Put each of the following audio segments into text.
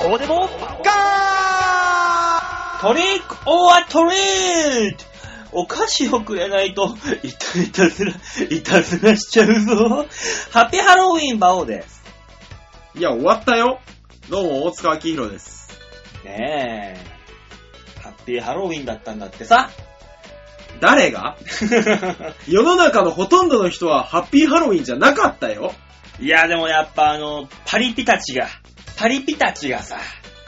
こうでもガートリックオアトリート。お菓子をくれないといたずらしちゃうぞ。ハッピーハロウィン馬王です。 いや、終わったよ。どうも大塚明宏です。 ねえ、ハッピーハロウィンだったんだってさ。 誰が世の中のほとんどの人はハッピーハロウィンじゃなかったよ。 いや、でもやっぱパリピたちがさ、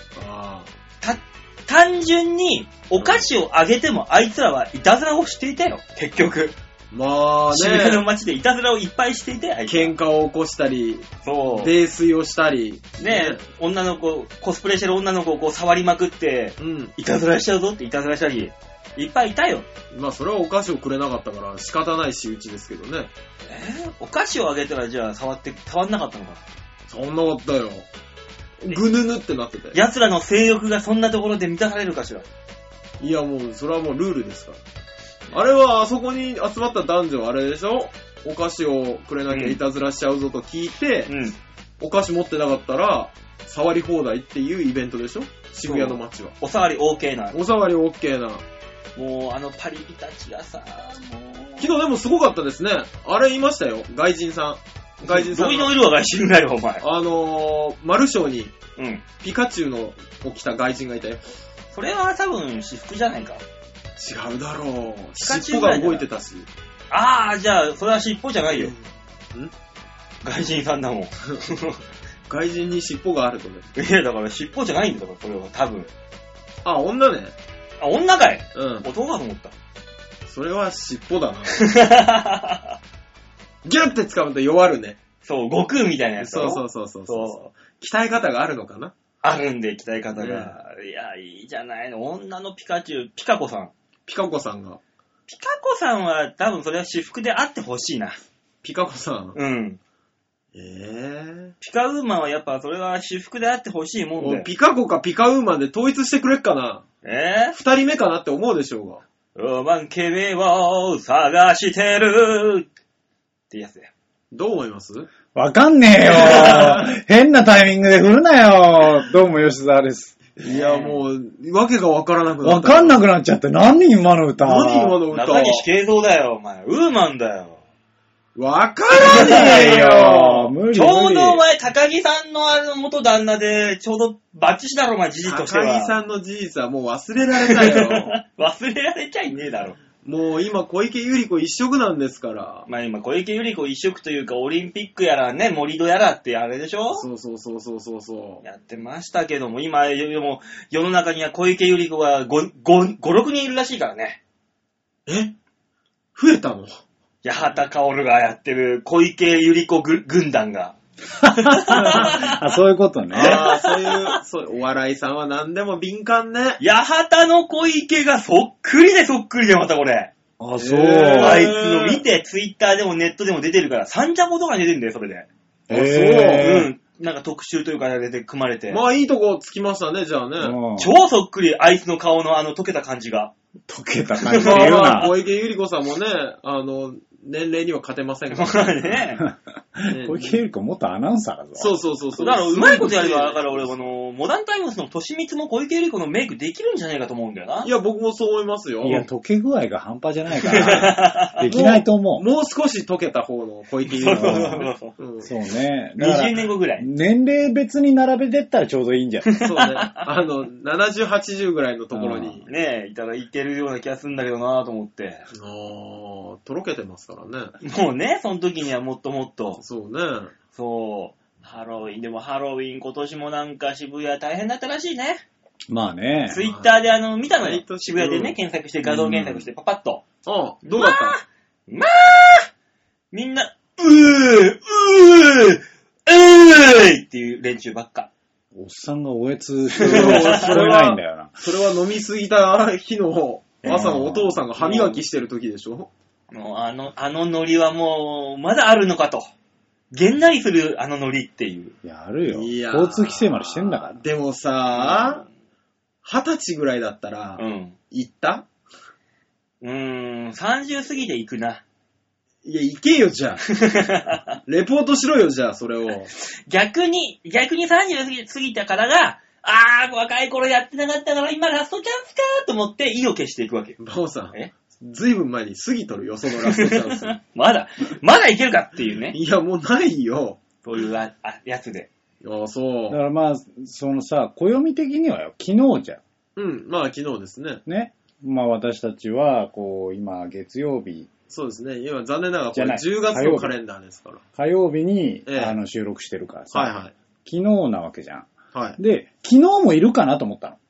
単純にお菓子をあげてもあいつらはいたずらをしていたよ、結局。 まあね。 渋谷の街でいたずらをいっぱいしていて、 喧嘩を起こしたり、 そう。 泥酔をしたり。 ね、女の子、コスプレしてる女の子をこう触りまくって、いたずらしちゃうぞっていたずらしたり、いっぱいいたよ。まあそれはお菓子をくれなかったから仕方ない仕打ちですけどね。 お菓子をあげたらじゃあ触んなかったのかな。 触んなかったよ。ぐぬぬってなってたよ。 奴らの性欲がそんなところで満たされるかしら。 いやもう、それはもうルールですから。あれはあそこに集まった男女はあれでしょ？お菓子をくれなきゃいたずらしちゃうぞと聞いて、お菓子持ってなかったら、触り放題っていうイベントでしょ？渋谷の街は。 お触り OK な。 お触り OK な。 もうパリピたちがさ、もう。 昨日でもすごかったですね。あれ言いましたよ。外人さん。 どういうの色は外人だよ、お前。 マルショーに、ピカチュウのを着た外人がいたよ。 それは多分、私服じゃないか。 違うだろう。尻尾が動いてたし。 ああ、じゃあ、それは尻尾じゃないよ。外人さんだもん。 外人に尻尾があるとね。 いや、だから尻尾じゃないんだから、それは多分。 あ、女ね。 あ、女かい。 男かと思った。 それは尻尾だな。ギュッて掴むと弱るね。 そう、悟空みたいなやつ。 そう。鍛え方があるのかな？ あるんで、鍛え方が。いや、いいじゃないの。女のピカチュウ、ピカ子さん。 ピカ子さんが。 ピカ子さんは多分それは私服であってほしいな。 ピカ子さん。 ピカウーマンはやっぱそれは私服であってほしいもんで。 ピカ子かピカウーマンで統一してくれっかな。二人目かなって思うでしょうが。 ロマンケベを探してるってやつだよ。 どう思います？ わかんねえよ。変なタイミングで振るなよ。どうも吉沢です。 いやもう、わけがわからなくなった。 わかんなくなっちゃって。何今の歌。 中西慶三だよ、お前。ウーマンだよ。 わからねえよ。 無理。 ちょうどお前、高木さんの元旦那で、ちょうどバッチシだろ、お前、事実としては。 高木さんの事実はもう忘れられたよ。 忘れられちゃいねえだろ。 もう今、小池百合子一色なんですから。 まあ今、小池百合子一色というか、オリンピックやらね、盛り土やらってあれでしょ？ そう。 やってましたけども、今、も世の中には小池百合子が5、6人いるらしいからね。 増えたの？ 八幡薫がやってる小池百合子軍団が。 あ、そういうことね。 そういう、お笑いさんは何でも敏感ね。 八幡の小池がそっくりでまたこれ。 あ、そう。 あいつの見て、ツイッターでもネットでも出てるから、サンジャポとかに出てるんだよ、それで。そう。なんか特集というかで組まれて。 まあいいとこつきましたね、じゃあね。 超そっくり、あいつの顔の溶けた感じが。 溶けた感じで言うな。 小池百合子さんもね、年齢には勝てませんからね。 小池百合子元アナウンサーだぞ。 そう。 だからうまいことやれば、だから俺モダンタイムスの年光も小池百合子のメイクできるんじゃないかと思うんだよな。 いや、僕もそう思いますよ。 いや、溶け具合が半端じゃないから、できないと思う。 もう少し溶けた方の小池百合子。 そうね。 20年後ぐらい。 年齢別に並べてったらちょうどいいんじゃない？ そうね。70、80ぐらいのところに。 ねえ、いたらいけるような気がするんだけどなぁと思って。 とろけてますからね。 もうね、その時にはもっともっと。 そうね。 そう。ハロウィン、でもハロウィン今年もなんか渋谷大変だったらしいね。 まあね。 ツイッターで見たのよ。渋谷でね、検索して、画像検索して、パパッと。 どうだった？ まあみんな、っていう連中ばっか。 おっさんがおえつしてるのが聞こえないんだよな。 それは飲みすぎた日の朝のお父さんが歯磨きしてる時でしょ？ もうあのノリはもう、まだあるのかと。げんなりするあのノリっていう。 やるよ。交通規制までしてんだから。 でもさ、20歳ぐらいだったら、行った？ 30過ぎで行くな。 いや、行けよ、じゃあ。レポートしろよ、じゃあ、それを。 逆に30過ぎたからが、 若い頃やってなかったから今ラストチャンスかと思って意を消していくわけ。 バオさん、ずいぶん前に過ぎとるよ、そのラストチャンス。 まだいけるかっていうね。 いや、もうないよ。 そういうやつで。 そう。 だからまあ、そのさ、暦的にはよ、昨日じゃん。 うん、まあ昨日ですね。 ね。まあ私たちは、こう、今、月曜日。 そうですね。今、残念ながらこれ10月のカレンダーですから。 火曜日に、収録してるからさ。 はいはい。 昨日なわけじゃん。 はい。 で、昨日もいるかなと思ったの。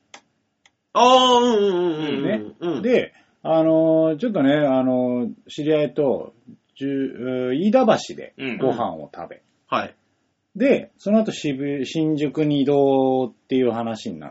ね。 で、ちょっとね、知り合いと、飯田橋でご飯を食べ。 はい。 で、その後新宿に移動っていう話になって、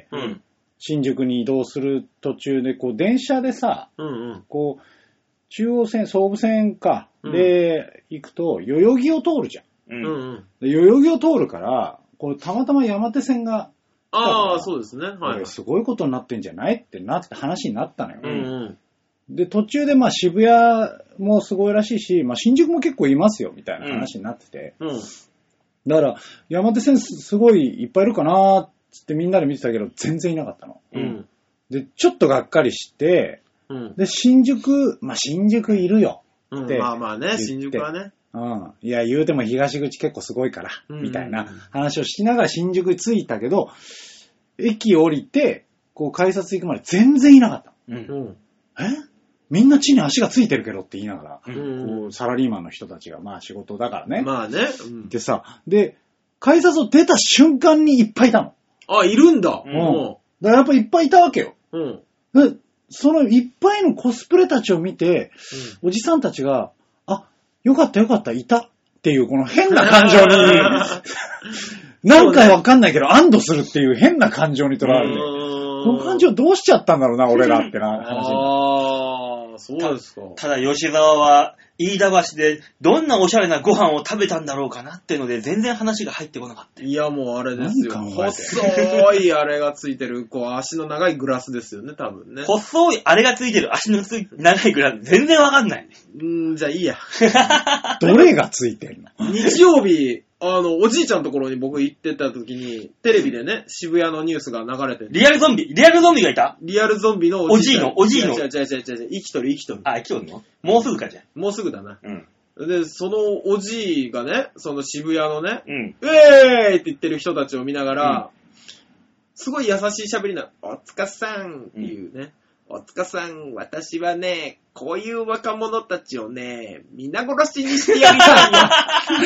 新宿に移動する途中で、こう、電車でさ、こう、中央線、総武線か、で、行くと、代々木を通るじゃん。で代々木を通るから、こう、たまたま山手線が、 そうですね。はい。 すごいことになってんじゃないって話になったのよ。で、途中でまあ渋谷もすごいらしいし、まあ新宿も結構いますよ、みたいな話になってて。だから、山手線すごいいっぱいいるかなーってみんなで見てたけど、全然いなかったの。で、ちょっとがっかりして、で、新宿いるよ。 まあまあね、新宿はね。 いや、言うても東口結構すごいから、みたいな話をしながら新宿に着いたけど、駅降りて、こう改札行くまで全然いなかった。みんな地に足がついてるけどって言いながら、こうサラリーマンの人たちがまあ仕事だからね。 まあね。 でさ、で、改札を出た瞬間にいっぱいいたの。 いるんだ。 だからやっぱいっぱいいたわけよ。で、そのいっぱいのコスプレたちを見て、おじさんたちが、よかった、いたっていうこの変な感情に、なんかわかんないけど安堵するっていう変な感情にとらわれて、この感情どうしちゃったんだろうな、俺らってな話。 そうですか。 ただ吉沢は飯田橋でどんなおしゃれなご飯を食べたんだろうかなっていうので全然話が入ってこなかった。 いやもうあれですよ。細いあれがついてる、こう足の長いグラスですよね、多分ね。 細いあれがついてる足の長いグラス、全然わかんない。 じゃあいいや。 どれがついてるの？ 日曜日、おじいちゃんのところに僕行ってた時に、テレビでね、渋谷のニュースが流れてる。 リアルゾンビがいた？ リアルゾンビのおじいの。 違う。生きとる。 生きとるの？もうすぐかじゃん。 もうすぐだな。で、そのおじいがね、その渋谷のね、うえーいって言ってる人たちを見ながら、すごい優しい喋りな、おつかさんっていうね、おつかさん、私はね、こういう若者たちをね、皆殺しにしてやりたいよ。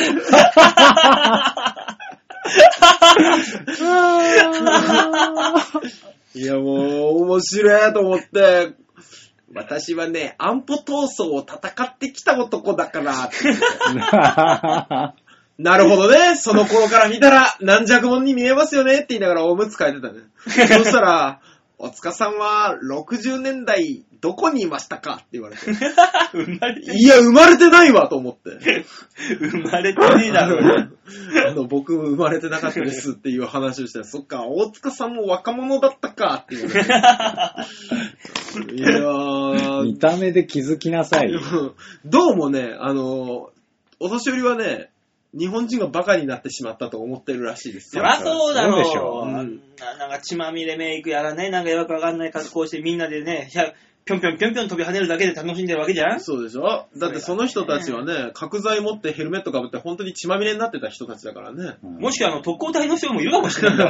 いやもう、面白いと思って、私はね、安保闘争を戦ってきた男だからって言ってなるほどね。その頃から見たら軟弱者に見えますよねって言いながらおむつ替えてたね。そしたら、おつかさんは60年代どこにいましたかって言われて。いや、生まれてないわと思って。 生まれてねえだろ。 僕生まれてなかったですっていう話をして、そっか、大塚さんも若者だったかって言われて。いやー。 見た目で気づきなさい。 どうもね、お年寄りはね、日本人がバカになってしまったと思ってるらしいですよ。 そりゃそうだろう。 そうでしょ。 なんか血まみれメイクやらね、なんかよくわかんない格好してみんなでね、ぴょんぴょん飛び跳ねるだけで楽しんでるわけじゃん。 そうでしょ。だってその人たちはね、角材持ってヘルメットかぶって本当に血まみれになってた人たちだからね。 もしくは特攻隊の人もいるかもしれないから。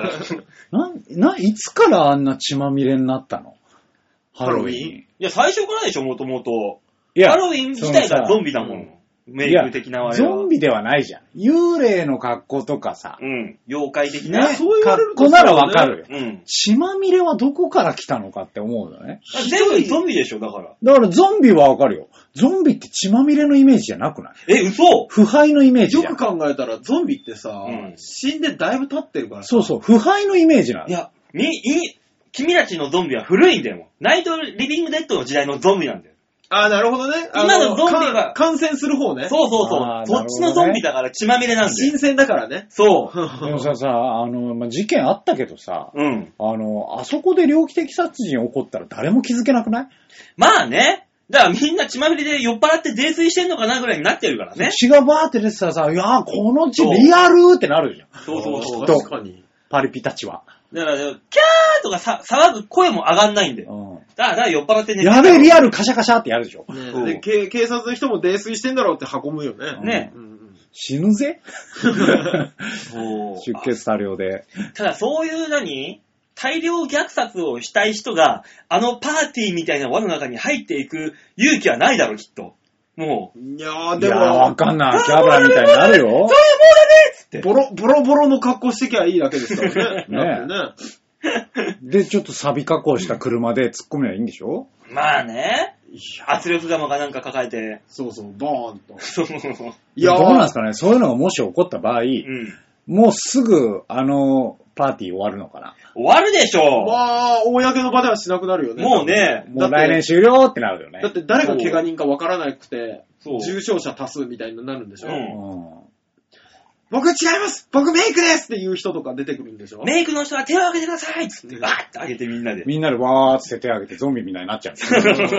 いつからあんな血まみれになったの？ ハロウィン？ いや、最初からでしょ、もともと。ハロウィン自体がゾンビだもん。メイク的なゾンビではないじゃん。幽霊の格好とかさ。 妖怪的な。 そう言われると格好ならわかるよ。 血まみれはどこから来たのかって思うよね。 全部ゾンビでしょ、だから。 だからゾンビはわかるよ。ゾンビって血まみれのイメージじゃなくない？ 嘘？ 腐敗のイメージじゃん。 よく考えたらゾンビってさ、死んでだいぶ経ってるからさ。 そう、腐敗のイメージなの。 いや、君たちのゾンビは古いんだよ。ナイトリビングデッドの時代のゾンビなんだよ。 ああ、なるほどね。 今のゾンビは感染する方ね。 そう。そっちのゾンビだから血まみれなんだよ。 新鮮だからね。 そう。 でもさ、事件あったけどさ、あそこで猟奇的殺人起こったら誰も気づけなくない？ まあね。だからみんな血まみれで酔っ払って泥酔してんのかなぐらいになってるからね。 血がバーって出てたらさ、いやーこの血リアルってなるじゃん。 そう。 確かに。 パリピたちは。 だから、キャーとか騒ぐ声も上がんないんだよ。だから酔っ払って寝てやべえ、リアルカシャカシャってやるでしょ。 で、警察の人も泥酔してんだろうって運ぶよね。 ね。 死ぬぜそう出血多量で。 ただそういう大量虐殺をしたい人が、パーティーみたいな輪の中に入っていく勇気はないだろ、きっと。もう。 いやー、でも。 わかんない。キャバラみたいになるよ。 そういうもうだねっつって。 ボロボロの格好してきゃいいだけですからね。ね。 で、ちょっとサビ加工した車で突っ込めばいいんでしょ？ まあね。圧力釜かなんか抱えて。 そう、ボーンと。 いや、どうなんですかね。そういうのがもし起こった場合、もうすぐ、パーティー終わるのかな。 終わるでしょ。 まあ、公の場ではしなくなるよね。 もうね。 もう来年終了ってなるよね。 だって誰が怪我人かわからなくて、重症者多数みたいになるんでしょ。僕違います僕メイクですっていう人とか出てくるんでしょ。 メイクの人は手を挙げてくださいっつって、バーって挙げてみんなで。 みんなでわーって手挙げてゾンビみたいになっちゃう。 危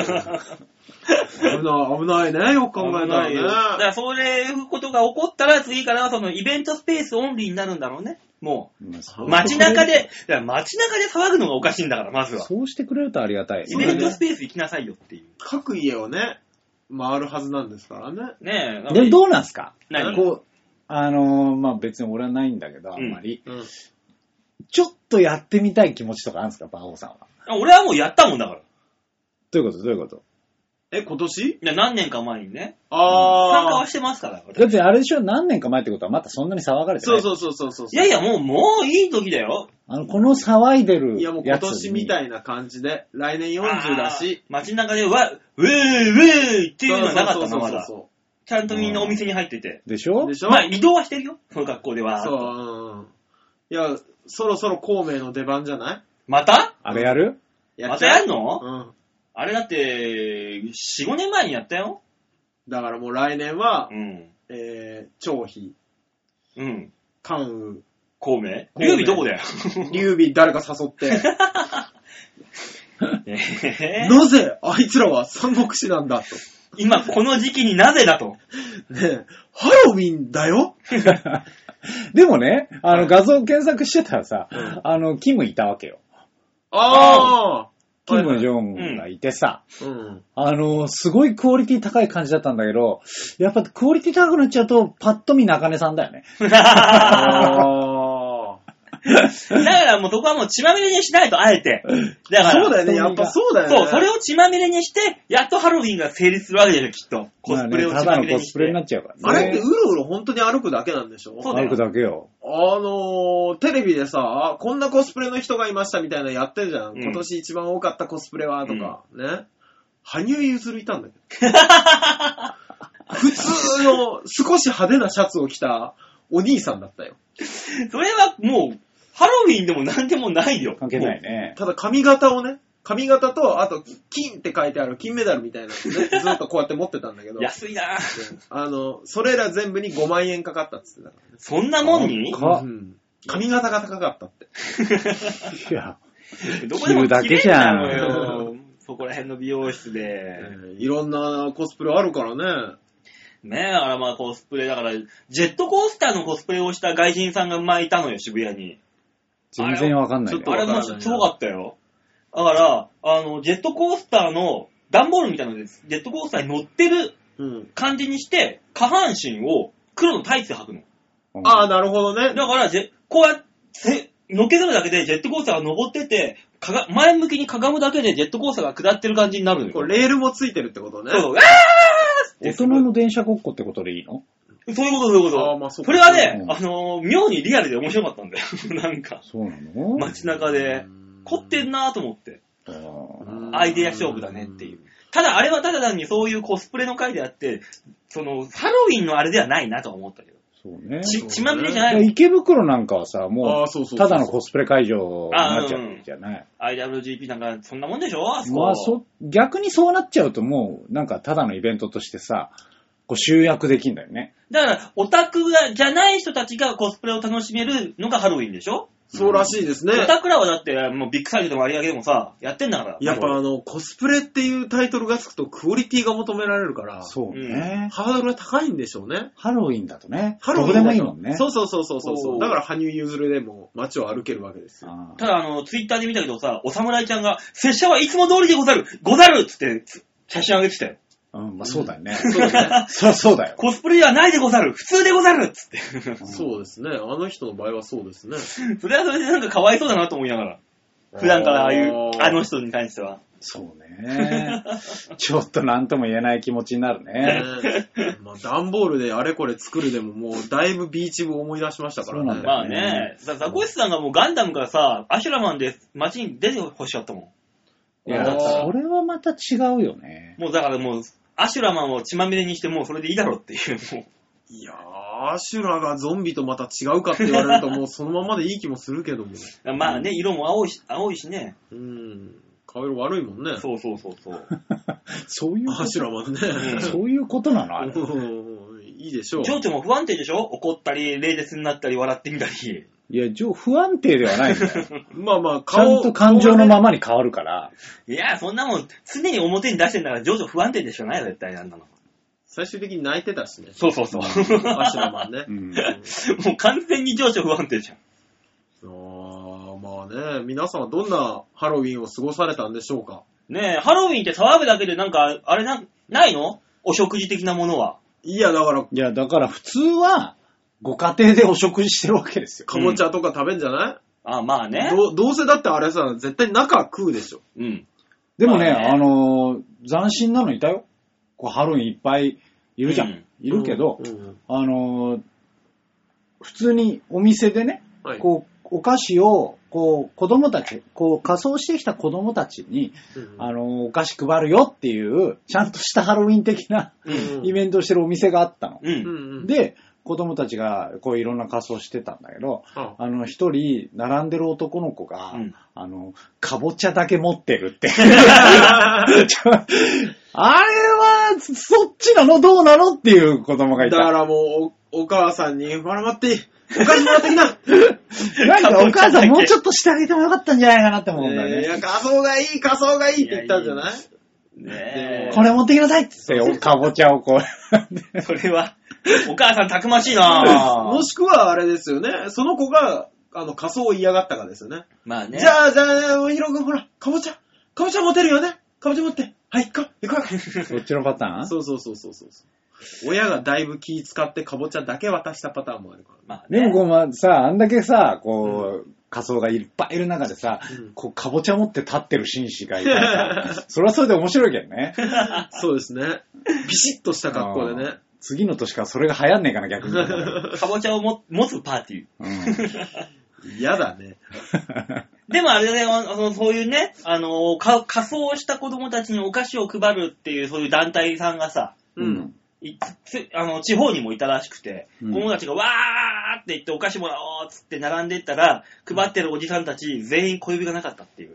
ないね、よく考えたらね。 だからそういうことが起こったら次からそのイベントスペースオンリーになるんだろうね。もう。街中で騒ぐのがおかしいんだから、まずは。 そうしてくれるとありがたい。 イベントスペース行きなさいよっていう。 各家をね、回るはずなんですからね。 ねえ。 でもどうなんすか？ 何？ こう、まあ、別に俺はないんだけど、あんまり。ちょっとやってみたい気持ちとかあるんですか、バオさんは。 俺はもうやったもんだから。 どういうこと今年？ いや、何年か前にね。参加はしてますから。 だってあれでしょ、何年か前ってことはまたそんなに騒がれてない。 そう。 いやいや、もういい時だよ。 この騒いでるやつ。 いや、もう今年みたいな感じで、来年40だし。 街中でウェーイっていうのはなかったの、まだ。ちゃんとみんなお店に入ってて。 でしょ？ まあ、移動はしてるよ。その学校では。 そう。いや、そろそろ孔明の出番じゃない？ また？ あれやる？ またやるの？あれだって、4、5年前にやったよ。 だからもう来年は、張飛。関羽。 孔明？劉備どこだよ。 劉備誰か誘って。なぜあいつらは三国志なんだと。 今この時期になぜだと。 ねえ、ハロウィンだよ。 でもね、画像検索してたらさ、キムいたわけよ。キム・ジョンがいてさ、すごいクオリティ高い感じだったんだけど、やっぱクオリティ高くなっちゃうと、パッと見中根さんだよね。 だからもうそこはもう血まみれにしないと、あえて。だからそうだよね、やっぱそうだよね。 そう、それを血まみれにして、やっとハロウィンが成立するわけでしょ、きっと。コスプレを血まみれにして。 ただのコスプレになっちゃうからね。 あれってうろうろ本当に歩くだけなんでしょ？ そうだよ。 歩くだけよ。 テレビでさ、こんなコスプレの人がいましたみたいなのやってるじゃん。今年一番多かったコスプレはとか、ね。羽生結弦いたんだけど。普通の少し派手なシャツを着たお兄さんだったよ。 それはもう、ハロウィンでもなんでもないよ。 関係ないね。 ただ髪型と、あと、金って書いてある金メダルみたいなのね、ずっとこうやって持ってたんだけど。 安いなそれら全部に5万円かかったっつってたから、ね。 そんなもんに？ 髪型が高かったって。 いや、 どこでもだけじゃん。 よ。そこら辺の美容室で。 いろんなコスプレあるからね。 ねえ、だからまあコスプレだから、ジェットコースターのコスプレをした外人さんが前いたのよ、渋谷に。 全然わかんない、ね。 あれもすごかったよ。だから、ジェットコースターの、段ボールみたいなので、ジェットコースターに乗ってる感じにして、下半身を黒のタイツで履くの。 なるほどね。 だから、こうやって、乗っけてるだけでジェットコースターが登ってて、前向きにかがむだけでジェットコースターが下ってる感じになるのよ。 これレールもついてるってことね。 そう。 大人の電車ごっこってことでいいの？ そういうこと。 まあ、それはね、妙にリアルで面白かったんだよ。なんか。 そうなの？ 街中で、凝ってんなぁと思って。アイデア勝負だねっていう。ただ、あれはただ単にそういうコスプレの回であって、ハロウィンのあれではないなと思ったけど。 そうね。 血まみれじゃない。 池袋なんかはさ、もう、ただのコスプレ会場になっちゃうんじゃない？ IWGP なんかそんなもんでしょ？あそこ。 まあ、逆にそうなっちゃうともう、なんかただのイベントとしてさ、こう集約できんだよね。 だから、オタクじゃない人たちがコスプレを楽しめるのがハロウィンでしょ？ そうらしいですね。 オタクらはだって、もうビッグサイトでも割り上げでもさ、やってんだから。 やっぱコスプレっていうタイトルがつくとクオリティが求められるから、 そうね。 ハードルが高いんでしょうね。 ハロウィンだとね。 ハロウィンどこでもいいもんね。 そう。だから羽生結弦でも街を歩けるわけですよ。 ただツイッターで見たけどさ、お侍ちゃんが、拙者はいつも通りでござるっつって、写真上げてたよ。 まあそうだよね。 そうだね。 そうだよ。 コスプレではないでござる、普通でござるっつって。 そうですね。あの人の場合はそうですね。 それはそれでなんかかわいそうだなと思いながら。普段からああいう、あの人に関しては。 そうね。ちょっとなんとも言えない気持ちになるね。 まあ段ボールであれこれ作るでももうだいぶビーチ部思い出しましたからね。 まあね。ザコシさんがもうガンダムからさ、アシュラマンで街に出てほしかったもん。 いや、それはまた違うよね。 もうだからもう、アシュラマンを血まみれにしてもうそれでいいだろっていう。もういやー、アシュラがゾンビとまた違うかって言われるともうそのままでいい気もするけども。 まあね、色も青いしね。 顔色悪いもんね。 そう。 そういうこと。 アシュラマンね。 そういうことなのあれ。 いいでしょう。 情緒も不安定でしょ？怒ったり、冷絶になったり、笑ってみたり。 いや、不安定ではないんだよ。 まあ、 ちゃんと感情のままに変わるから。 いや、そんなもん、常に表に出してんだから、情緒不安定でしょないよ、絶対なんなの。 最終的に泣いてたしね。 そう。 アシュラマンね。 もう完全に情緒不安定じゃん。 まあね、皆さんはどんなハロウィンを過ごされたんでしょうか？ ねえ、ハロウィンって騒ぐだけでなんか、あれないの？お食事的なものは。 いや、だから普通は、ご家庭でお食事してるわけですよ。 かぼちゃとか食べんじゃない？ あ、まあね。 どうせだってあれさ、絶対中食うでしょ。 でもね、斬新なのいたよ。ハロウィンいっぱいいるじゃん。いるけど、普通にお店でね、お菓子を、子供たち、仮装してきた子供たちに、お菓子配るよっていう、ちゃんとしたハロウィン的な、イベントをしてるお店があったの。で、子供たちがいろんな仮装してたんだけど、一人並んでる男の子が、かぼちゃだけ持ってるって。あれは、そっちなのどうなのっていう子供がいた。 だからもう、お母さんに、ほら待って、お菓子もらってきな。 なんかお母さんもうちょっとしてあげてもよかったんじゃないかなって思うんだよね。 いや、仮装がいいって言ったんじゃない？ ねえ。 これ持ってきなさいって言って、かぼちゃをそれは、お母さんたくましいなもしくはあれですよね。その子が、仮装を嫌がったかですよね。 まあね。 じゃあ、ヒロ君ほら、かぼちゃ持てるよね。かぼちゃ持って。はい、行こう。 そっちのパターン？ そう。親がだいぶ気使ってかぼちゃだけ渡したパターンもあるから。 まあね、 でもあんだけさ、仮装がいっぱいいる中でさ、かぼちゃ持って立ってる紳士がいたらさ、それはそれで面白いけどね。 そうですね。ピシッとした格好でね。 次の年からそれが流行んねえかな、逆に。 かぼちゃを持つパーティー。嫌だね。 でもあれだね、そういうね、仮装した子供たちにお菓子を配るっていう、そういう団体さんがさ、地方にもいたらしくて、子供たちがわーって言ってお菓子もらおうっつって並んでいったら、配ってるおじさんたち全員小指がなかったっていう。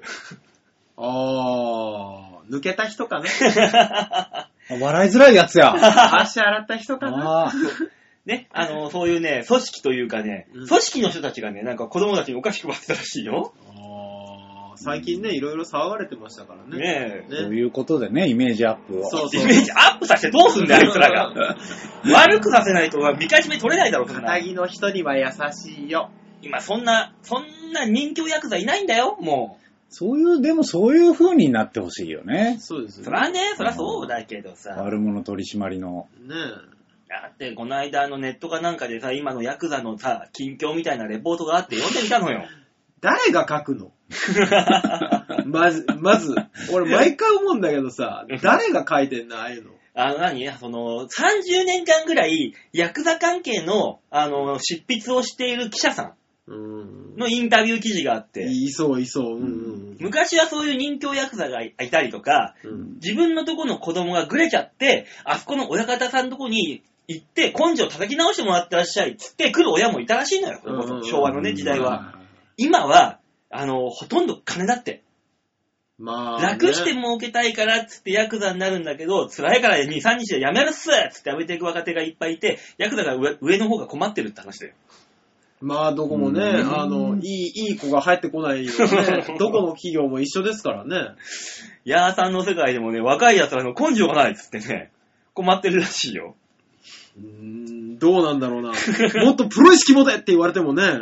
抜けた人かね。 笑いづらいやつや。 足洗った人かな。 ね、そういうね、組織というかね、組織の人たちがね、なんか子供たちにお菓子配ってたらしいよ。 最近ね、いろいろ騒がれてましたからね。 ねえ。 そういうことでね、イメージアップを。 そう。イメージアップさせてどうすんだよ、あいつらが。悪くさせないと、見返し目取れないだろ、そんな。 肩着の人には優しいよ。 今、そんな人気ヤクザいないんだよ、もう。でもそういう風になってほしいよね。 そうですよね。 そらね、そらそうだけどさ。 悪者取締りの。 ねえ。 だって、この間ネットかなんかでさ、今のヤクザのさ、近況みたいなレポートがあって読んでみたのよ。 誰が書くのまず、俺毎回思うんだけどさ、誰が書いてんのああいうの。 30年間ぐらい、ヤクザ関係の、執筆をしている記者さんのインタビュー記事があって。 いそう。 昔はそういう人気ヤクザがいたりとか、自分のとこの子供がぐれちゃって、あそこの親方さんのとこに行って、根性叩き直してもらってらっしゃいっつって来る親もいたらしいのよ。昭和のね、時代は。今は、ほとんど金だって。 まあ、 楽して儲けたいからっつってヤクザになるんだけど、辛いから2、3日でやめるっすっつってやめていく若手がいっぱいいて、ヤクザが上の方が困ってるって話だよ。 まあ、どこもね、いい子が入ってこないよね。どこの企業も一緒ですからね。 ヤーさんの世界でもね、若い奴らの根性がないっつってね、困ってるらしいよ。 どうなんだろうな。もっとプロ意識持てって言われてもね。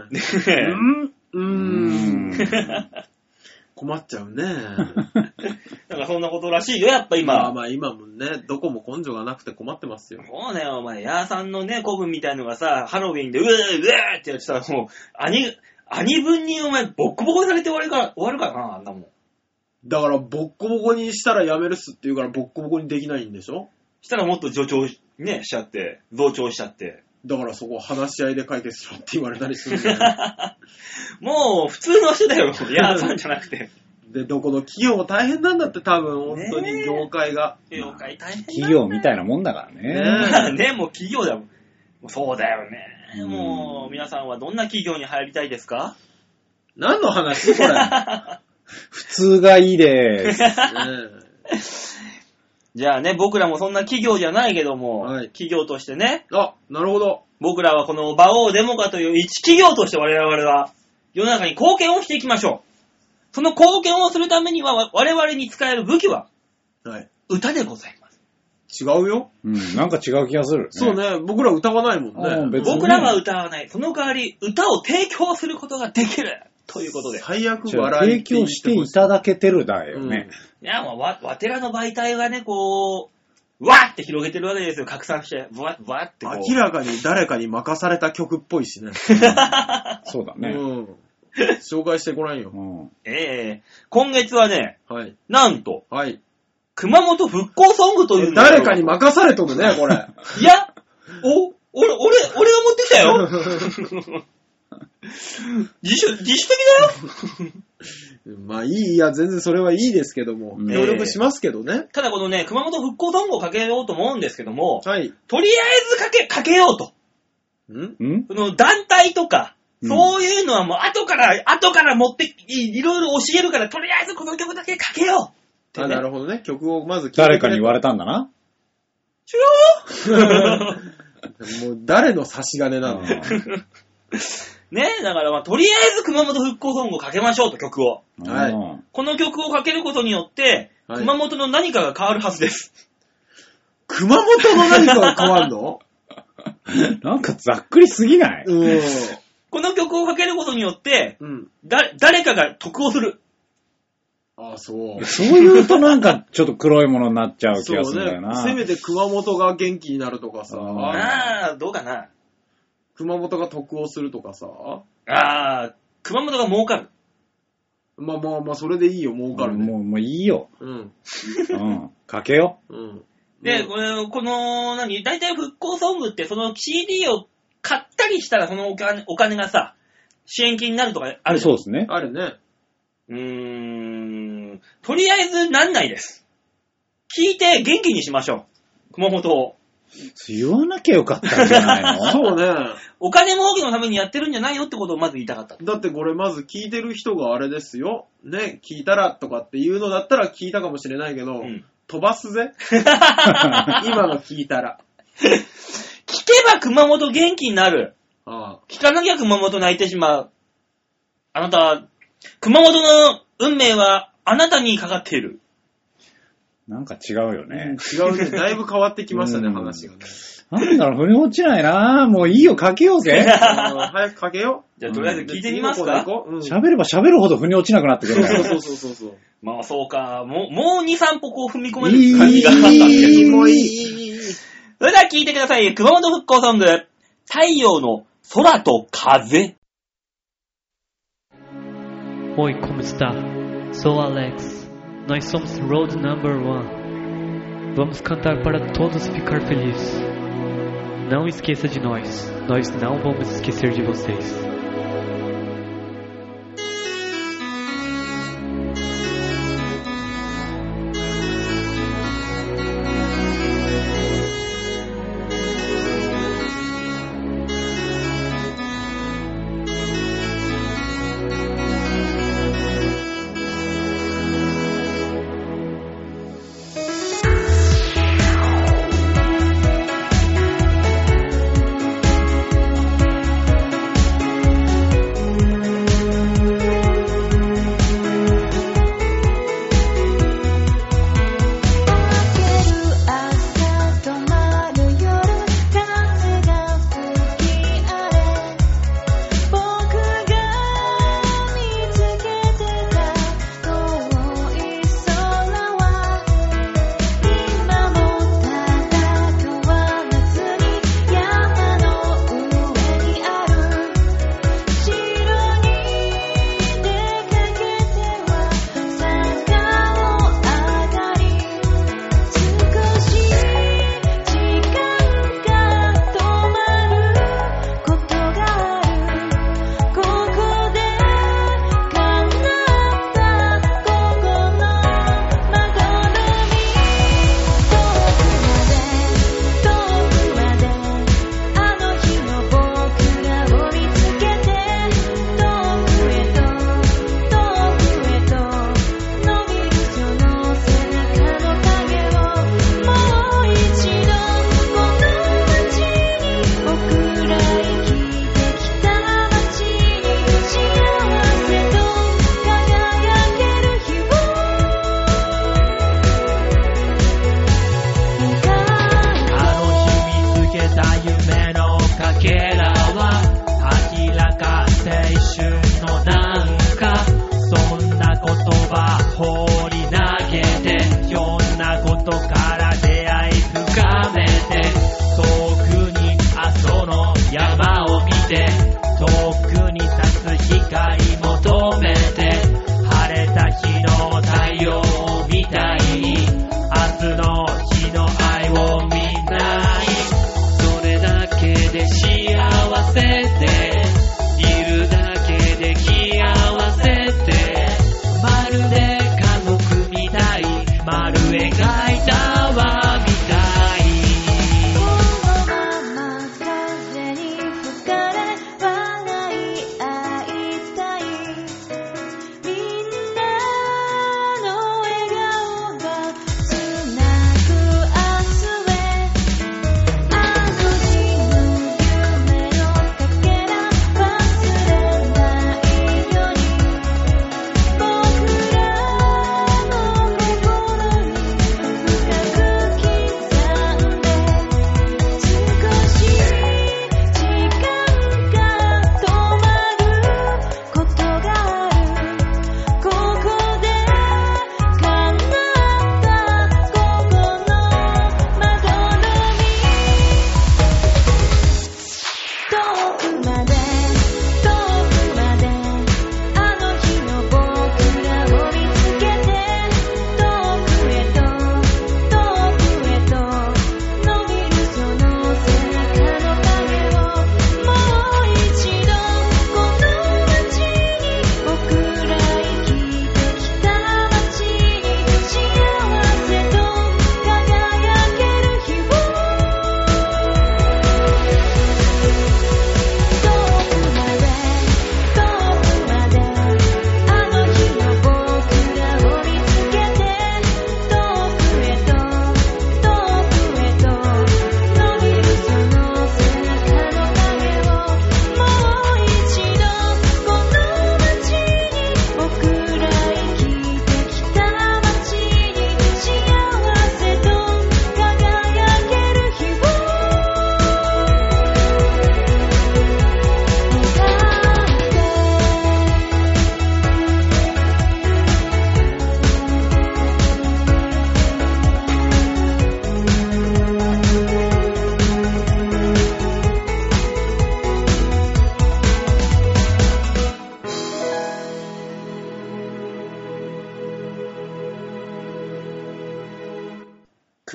困っちゃうね。 なんかそんなことらしいよ、やっぱ今。 まあ今もね、どこも根性がなくて困ってますよ。 そうだよ、お前、ヤーさんのね、古文みたいのがさ、ハロウィンで、うーってやってたら、もう、兄分にお前、ボッコボコにされて終わるかな、あんなもん。 だから、ボッコボコにしたらやめるっすって言うから、ボッコボコにできないんでしょ？ したらもっと助長ね、しちゃって、増長しちゃって。 だからそこ話し合いで解決しろって言われたりするんだよ。 もう、普通の人だよ、ヤーさんじゃなくて。 で、どこの企業も大変なんだって多分、本当に業界が。 業界大変だ。 企業みたいなもんだからね。 ね、もう企業だもん。そうだよね。もう、皆さんはどんな企業に入りたいですか？ 何の話これ。 普通がいいです。 じゃあね、僕らもそんな企業じゃないけども、 はい、 企業としてね。 あ、なるほど。 僕らはこの馬王デモカという一企業として我々は世の中に貢献をしていきましょう。その貢献をするためには我々に使える武器は、 はい、 歌でございます。 違うよ。 なんか違う気がする、ね。 そうね、僕ら歌わないもんね。 僕らは歌わない。その代わり歌を提供することができる。ということで。 最悪笑い提供していただけてるだよね。 いや、もうわてらの媒体がね、こう、わーって広げてるわけですよ。拡散して、わーってこう。 明らかに誰かに任された曲っぽいしね。 そうだね。 紹介してごらんよ。 今月はね、 はい、なんと、はい、熊本復興ソングという誰かに任されとるね、これ。 いや、俺が持ってきたよ。自主的だよ。 まあいいや、全然それはいいですけども、協力しますけどね。 ただこのね、熊本復興ソングをかけようと思うんですけども、 はい、 とりあえずかけようと。その団体とか、そういうのはもう後から持っていろいろ教えるから、とりあえずこの曲だけかけよう、 なるほどね。曲をまず聴いて誰かに言われたんだな。 違うよ。 もう誰の差し金なの。 ね、だからまあとりあえず熊本復興ソングをかけましょうと、曲を。 はい。 この曲をかけることによって、はい、熊本の何かが変わるはずです。 熊本の何かが変わるの？ なんかざっくりすぎない？ この曲をかけることによって、誰かが得をする。 ああ、そう。 そう言うとなんかちょっと黒いものになっちゃう気がするんだよな。 せめて熊本が元気になるとかさ。 どうかな。 熊本が得をするとかさ。 熊本が儲かる。 まあ、それでいいよ、儲かるね。 もういいよ。かけよ。 で、この、大体復興ソングってその CD を買ったりしたらそのお金がさ、支援金になるとかある。 そうですね。 あるね。 とりあえずなんないです。聞いて元気にしましょう。熊本を。 言わなきゃよかったんじゃないの？ そうね。 お金儲けのためにやってるんじゃないよってことをまず言いたかった。 だってこれまず聞いてる人があれですよ。ね、聞いたらとかっていうのだったら聞いたかもしれないけど、飛ばすぜ。今の聞いたら。 聞けば熊本元気になる。聞かなきゃ熊本泣いてしまう。あなた、熊本の運命はあなたにかかっている。 なんか違うよね。 違うね。だいぶ変わってきましたね、話がね。 なんだろう、腑に落ちないな。もういいよ、かけようぜ。 早くかけよう。じゃあ、とりあえず聞いてみますか。 喋れば喋るほど腑に落ちなくなってくるから。 そう。 まあ、そうか。もう2、3歩こう踏み込める感じが。 もういい。 それでは聞いてください。熊本復興ソング。太陽の空と風。 Oi, como está? Sou Alex. Nós somos Road Number 1. Vamos cantar para todos ficar felizes. Não esqueça de nós. Nós não vamos esquecer de vocês.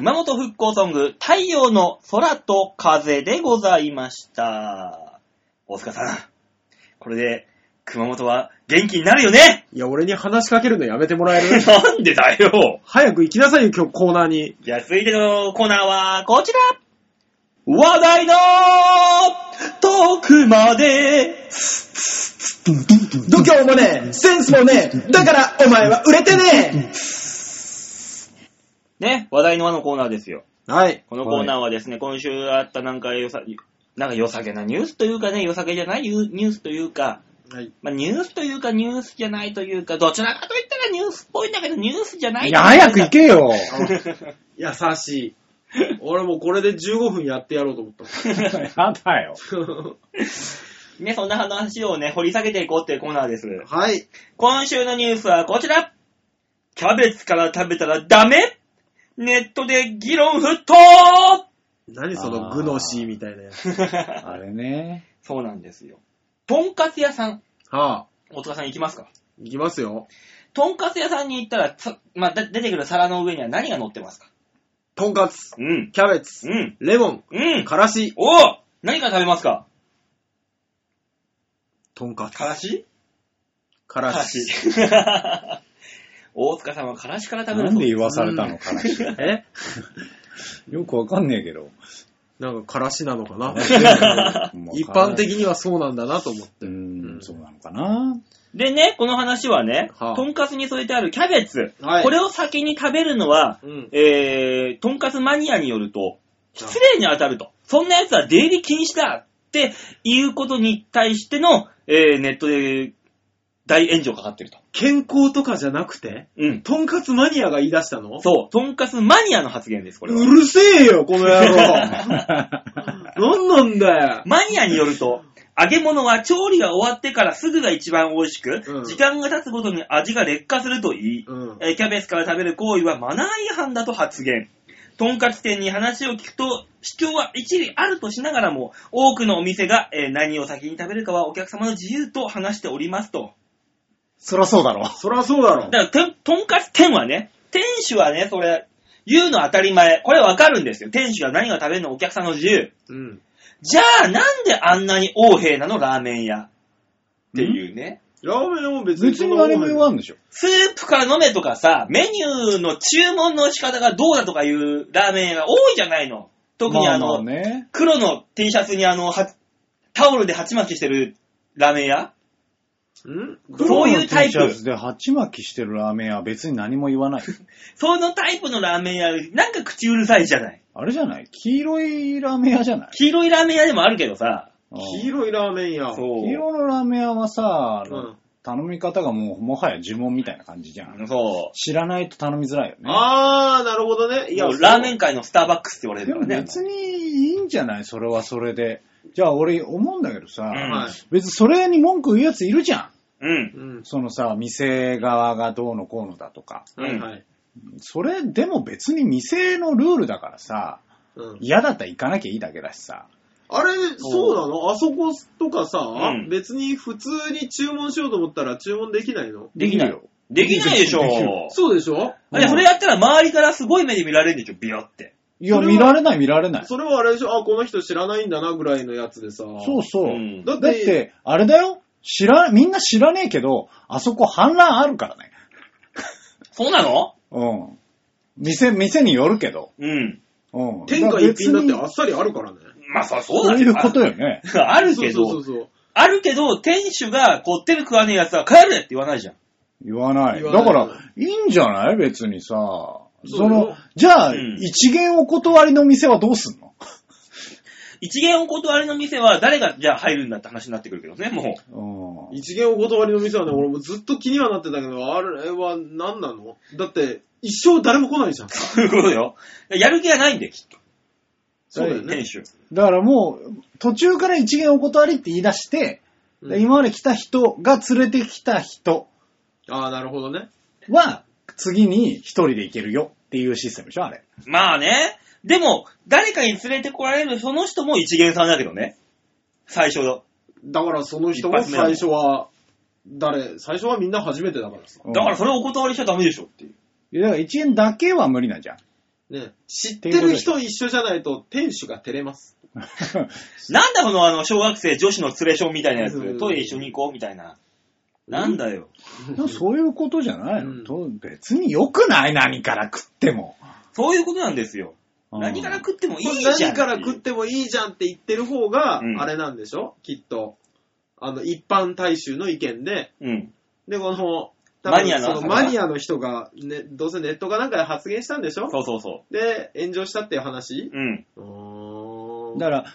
熊本復興ソング、太陽の空と風でございました。大塚さん、これで熊本は元気になるよね。 いや、俺に話しかけるのやめてもらえる？ なんでだよ。 早く行きなさいよ、今日コーナーに。 じゃあ続いてのコーナーはこちら。話題の遠くまで。 度胸もねえ、センスもねえ、だからお前は売れてねえ。ね、話題の輪のコーナーですよ。 はい。 このコーナーはですね、今週あったなんか良さげなニュースというかね、良さげじゃないニュースというか、 はい。 まあ、ニュースというかニュースじゃないというか、どちらかといったらニュースっぽいんだけど、ニュースじゃない。 いや、早く行けよ。 優しい。俺もうこれで15分やってやろうと思った。 やだよ。 ね、そんな話をね、掘り下げていこうっていうコーナーです。 はい。 今週のニュースはこちら。キャベツから食べたらダメ？ネットで議論沸騰！ 何そのグノシーみたいなやつ。 あれね。 そうなんですよ。とんかつ屋さん。 はあ。 大塚さん行きますか？ 行きますよ。 とんかつ屋さんに行ったら、まあ、出てくる皿の上には何が乗ってますか？ とんかつ。 うん。 キャベツ。 うん。 レモン。 うん。 からし。 おぉ！何から食べますか？ とんかつ。 からし？ からし。 大塚さんはからしから食べる。 なんで言わされたの、からし。 えよくわかんねえけど。 なんかからしなのかなもう一般的にはそうなんだなと思って。 そうなのかな。 でね、この話はね、 はあ、 とんかつに添えてあるキャベツ、 はい、 これを先に食べるのは、 うん、 とんかつマニアによると、失礼に当たると。そんなやつは出入り禁止だっていうことに対しての、ネットで大炎上かかってると。 健康とかじゃなくて、 うん。 とんかつマニアが言い出したの？ そう、とんかつマニアの発言です、これは。 うるせえよ、この野郎。なんなんだよ。 マニアによると、揚げ物は調理が終わってからすぐが一番美味しく、 うん、 時間が経つごとに味が劣化すると言い、 うんキャベツから食べる行為はマナー違反だと発言。とんかつ店に話を聞くと、主張は一理あるとしながらも、多くのお店が、何を先に食べるかはお客様の自由と話しておりますと。 そらそうだろ。 そらそうだろ。 だからとんかつ店はね、店主はね、それ、言うの当たり前。これわかるんですよ。店主が何を食べるのお客さんの自由。 うん。 じゃあ、なんであんなに横柄なのラーメン屋っていうね。 ラーメンも別に何も言わんでしょ。 スープから飲めとかさ、メニューの注文の仕方がどうだとかいうラーメン屋が多いじゃないの。特にね、 黒の T シャツにタオルで鉢巻きしてるラーメン屋そういうタイプ。 T シャツで鉢巻きしてるラーメン屋は別に何も言わない。 そのタイプのラーメン屋、なんか口うるさいじゃない。 あれじゃない？黄色いラーメン屋じゃない？ 黄色いラーメン屋でもあるけどさ。 黄色いラーメン屋。 黄色のラーメン屋はさ、頼み方がもはや呪文みたいな感じじゃん。 そう。 知らないと頼みづらいよね。 あー、なるほどね。 いや、ラーメン界のスターバックスって言われるからね。 でも別にいいんじゃない？それはそれで。じゃあ俺思うんだけどさ、別にそれに文句言うやついるじゃん。 うん。 そのさ、店側がどうのこうのだとか。 はいはい。 それでも別に店のルールだからさ、嫌だったら行かなきゃいいだけだしさ。 あれ、そうなの？あそことかさ、別に普通に注文しようと思ったら注文できないの？ できないよ。できないでしょ。 そうでしょ？ それやったら周りからすごい目で見られるでしょ、ビヨって。 いや、見られない。 それはあれでしょ？あ、この人知らないんだなぐらいのやつでさ。 そうそう。だって、あれだよ。みんな知らねえけど、あそこ反乱あるからね。 そうなの？ うん。店によるけど。 うん。 天下一品だってあっさりあるからね。 まあそうだね。 そういうことよね。 あるけど、あるけど、店主がこってる食わねえやつは帰れって言わないじゃん。 言わない。だから、いいんじゃない別にさ。じゃあ、一元お断りの店はどうすんの？ 一元お断りの店は誰がじゃあ入るんだって話になってくるけどね、 もう。一元お断りの店はね、俺もずっと気にはなってたけど、あれは何なの？だって、一生誰も来ないじゃん。 そういうことよ。やる気がないんだよ、きっと。 そうだよね。 店主。 だからもう、途中から一元お断りって言い出して、今まで来た人が連れてきた人。 ああ、なるほどね。 は、次に一人で行けるよっていうシステムでしょ、あれ。 まあね。でも、誰かに連れてこられるその人も一元さんだけどね。最初の。 だからその人も最初は、最初はみんな初めてだからさ。 だからそれをお断りしちゃダメでしょっていう。 いや、だから一元だけは無理なんじゃん。 ね、知ってる人一緒じゃないと店主が照れます。 なんだこの小学生女子の連れションみたいなやつ、トイレ一緒に行こうみたいな。なんだよ。 そういうことじゃないの、別に良くない何から食っても。 そういうことなんですよ。何から食ってもいいじゃん。 何から食ってもいいじゃんって言ってる方が、あれなんでしょ、きっと。一般大衆の意見で、で、この、 マニアの人が、ね、どうせネットかなんかで発言したんでしょ。 そう。 で、炎上したっていう話。 だから、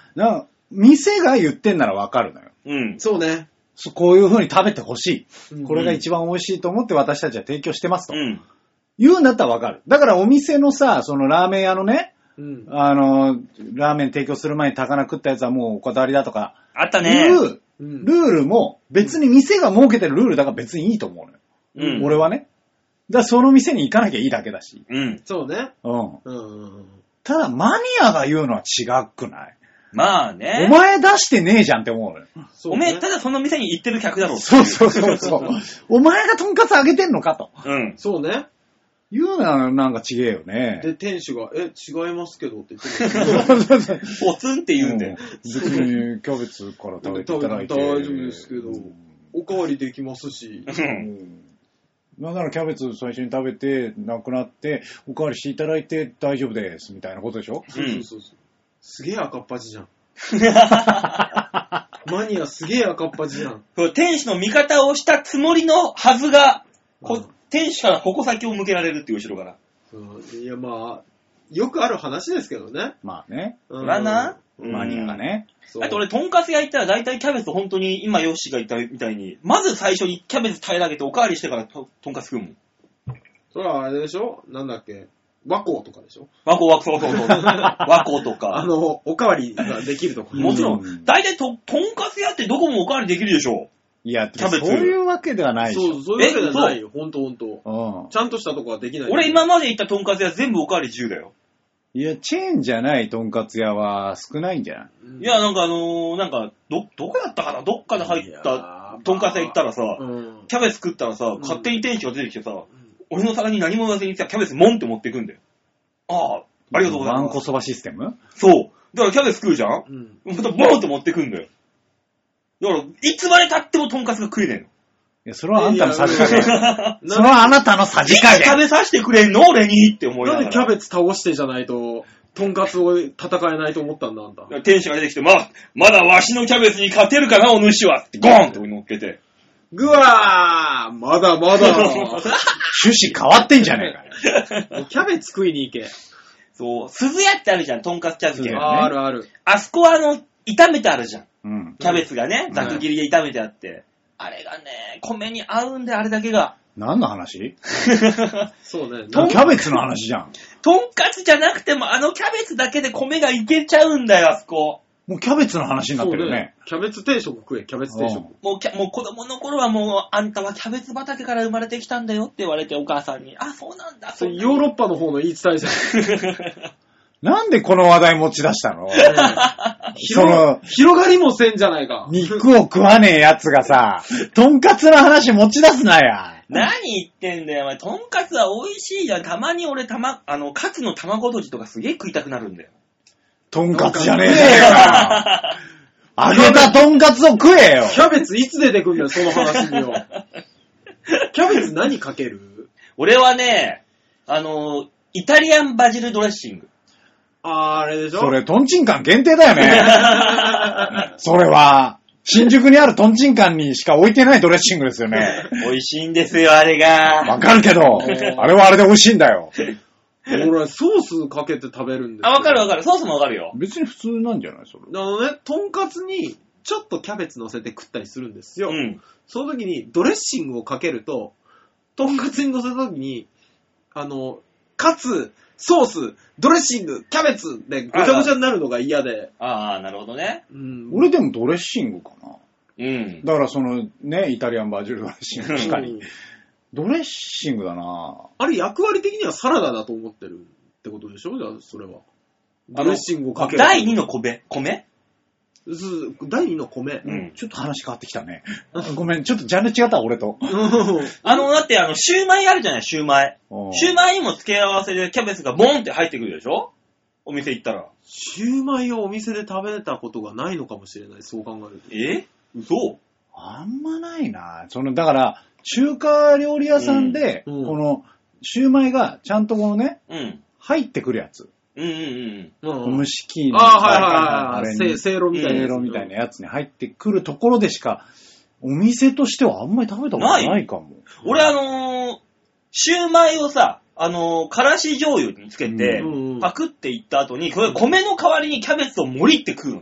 店が言ってんならわかるのよ。 そうね。 こういう風に食べてほしい。これが一番美味しいと思って私たちは提供してますと。言うんだったらわかる。だからお店のさ、そのラーメン屋のね、ラーメン提供する前に高菜食ったやつはもうお断りだとか。 あったね。 ルールも別に店が設けてるルールだから別にいいと思うのよ。俺はね。だからその店に行かなきゃいいだけだし。 そうね。 ただマニアが言うのは違くない？ まあね。 お前出してねえじゃんって思うのよ。 お前ただその店に行ってる客だろう。 そう。お前がとんかつあげてんのかと。 そうね。 言うのはなんか違えよね。 で、店主が、違いますけどって言ってる。 ポツンって言うんだよ。 別にキャベツから食べていただいて。 大丈夫ですけど、おかわりできますし。 なんならキャベツ最初に食べて、なくなって、おかわりしていただいて大丈夫です、みたいなことでしょ？ そう。すげえ赤っ端じゃん。マニアすげえ赤っ端じゃん。 店主の味方をしたつもりのはずが、店主から矛先を向けられるっていう後ろから。 いや、まあ、よくある話ですけどね。 まあね。 そらな。 マニアがね。 あと俺、とんかつ屋行ったら大体キャベツ本当に、今ヨッシーが言ったみたいに、まず最初にキャベツ平らげておかわりしてからとんかつ食うもん。 それはあれでしょ？なんだっけ？和光とかでしょ？ 和光和光とか。 おかわりができるとか。 もちろん、大体とんかつ屋ってどこもおかわりできるでしょ？ いや、キャベツ。そういうわけではないでしょ。 そういうわけではないよ。ほんと。ちゃんとしたとこはできない。 俺今まで行ったとんかつ屋全部おかわり自由だよ。 いや、チェーンじゃないとんかつ屋は少ないんじゃない？ いや、なんかどこだったかな？どっかで入ったとんかつ屋行ったらさ、キャベツ食ったらさ、勝手に店主が出てきてさ、俺の皿に何も言わずにさ、キャベツモンって持っていくんだよ。ありがとうございます。 ワンコそばシステム？ そう。だからキャベツ食うじゃん？またボンって持っていくんだよ。だから、いつまで経ってもとんかつが食えねえの。 いや、それはあんたのさじ加減。それはあなたのさじ加減。 食べさせてくれんの俺にって思いながら。 なんでキャベツ倒してじゃないと、とんかつを戦えないと思ったんだ、あんた。 店主が出てきて、まだわしのキャベツに勝てるかな、お主はってゴーンって乗っけて。 ぐわーまだまだ趣旨変わってんじゃねえかよ。キャベツ食いに行け。 そう、鈴屋ってあるじゃん、とんかつ茶漬け。 あるある。 あそこは炒めてあるじゃん。キャベツがね、ざく切りで炒めてあって。あれがね、米に合うんで、あれだけが。 何の話？ そうね。 キャベツの話じゃん。 とんかつじゃなくても、キャベツだけで米がいけちゃうんだよ、あそこ。 もうキャベツの話になってるね。 キャベツ定食食え、キャベツ定食。 もう子供の頃はもう、あんたはキャベツ畑から生まれてきたんだよって言われて、お母さんに。あ、そうなんだ。 ヨーロッパの方の言い伝えじゃん。 なんでこの話題持ち出したの？ 広がりもせんじゃないか。 肉を食わねえやつがさ、とんかつの話持ち出すなや。 何言ってんだよ、お前。とんかつは美味しいじゃん。たまに俺、カツの卵とじとかすげえ食いたくなるんだよ。 とんかつじゃねえか。揚げたとんかつを食えよ。 キャベツいつ出てくんだよ、その話によ。キャベツ何かける？ 俺はね、イタリアンバジルドレッシング。 あれでしょ？ それ、トンチンカン限定だよね。それは、新宿にあるトンチンカンにしか置いてないドレッシングですよね。 美味しいんですよ、あれが。 わかるけど、あれはあれで美味しいんだよ。 俺、ソースかけて食べるんですよ。 わかるわかる。ソースもわかるよ。 別に普通なんじゃないそれ。 とんかつに、ちょっとキャベツ乗せて食ったりするんですよ。その時に、ドレッシングをかけると、とんかつに乗せた時に、カツ、ソース、ドレッシング、キャベツでごちゃごちゃになるのが嫌で。 なるほどね。 俺でもドレッシングかな。 だからイタリアンバジルドレッシング確かに。ドレッシングだな。 あれ役割的にはサラダだと思ってるってことでしょ？じゃあそれは。ドレッシングをかける。 第2の米？ 第2の米。 ちょっと話変わってきたね。ごめん、ちょっとジャンル違った、俺と。 だって、シューマイあるじゃない、シューマイ。シューマイにも付け合わせでキャベツがボンって入ってくるでしょ？お店行ったら。 シューマイをお店で食べたことがないのかもしれない、そう考えると。 嘘？ あんまないな。だから、中華料理屋さんで、この、シューマイがちゃんとこのね、入ってくるやつ。蒸し器の、 あれに、せいろみたいなやつに入ってくるところでしか、お店としてはあんまり食べたことないかも。 俺シューマイをさ、からし醤油につけて、パクっていった後に、これ米の代わりにキャベツを盛りって食うの。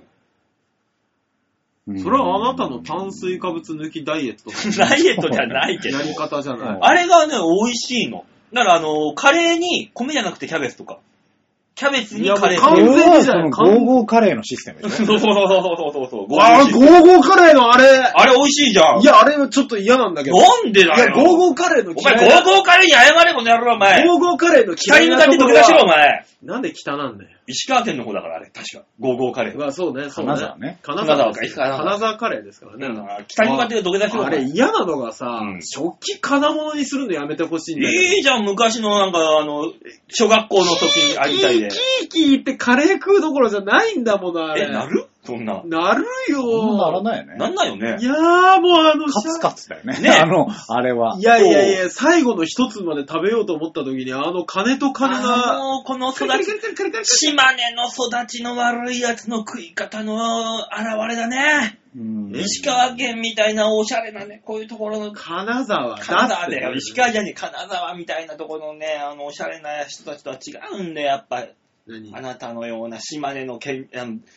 それはあなたの炭水化物抜きダイエット。 ダイエットじゃないけど。 やり方じゃない。 あれがね、美味しいの。だからカレーに米じゃなくてキャベツとか。キャベツにカレー。 完全にじゃない。ゴーゴーカレーのシステムでしょ。 そう。 ゴーゴーカレーのあれ美味しいじゃん。 いや、あれはちょっと嫌なんだけど。 なんでだよ。 いや、ゴーゴーカレーの嫌い。お前、ゴーゴーカレーに謝れ、この野郎、お前。 ゴーゴーカレーの嫌いなところは。北に向かって土下座しろ、お前。 なんで北なんだよ。 石川県の方だから、あれ、確か。ゴーゴーカレー。 そうね。 金沢ね。 金沢カレーですからね。 北に向かって土下座しろ。 あれ嫌なのがさ、食器金物にするのやめてほしいんだよ。 いいじゃん、昔のなんか、小学校の時にありたいで。 キーキーってカレー食うどころじゃないんだもんな、あれ。 なる？そんな。 なるよ。 ならないよね。 なんないよね。 いやーもうカツカツだよね。 ねあれは。 いや、最後の一つまで食べようと思った時に、金と金が。 この育ち、島根の育ちの悪いやつの食い方の現れだね。石川県みたいなおしゃれなね、こういうところの。 金沢だよ。石川じゃねえ、金沢みたいなところのね、おしゃれな人たちとは違うんだよ、やっぱり。あなたのような島根の県、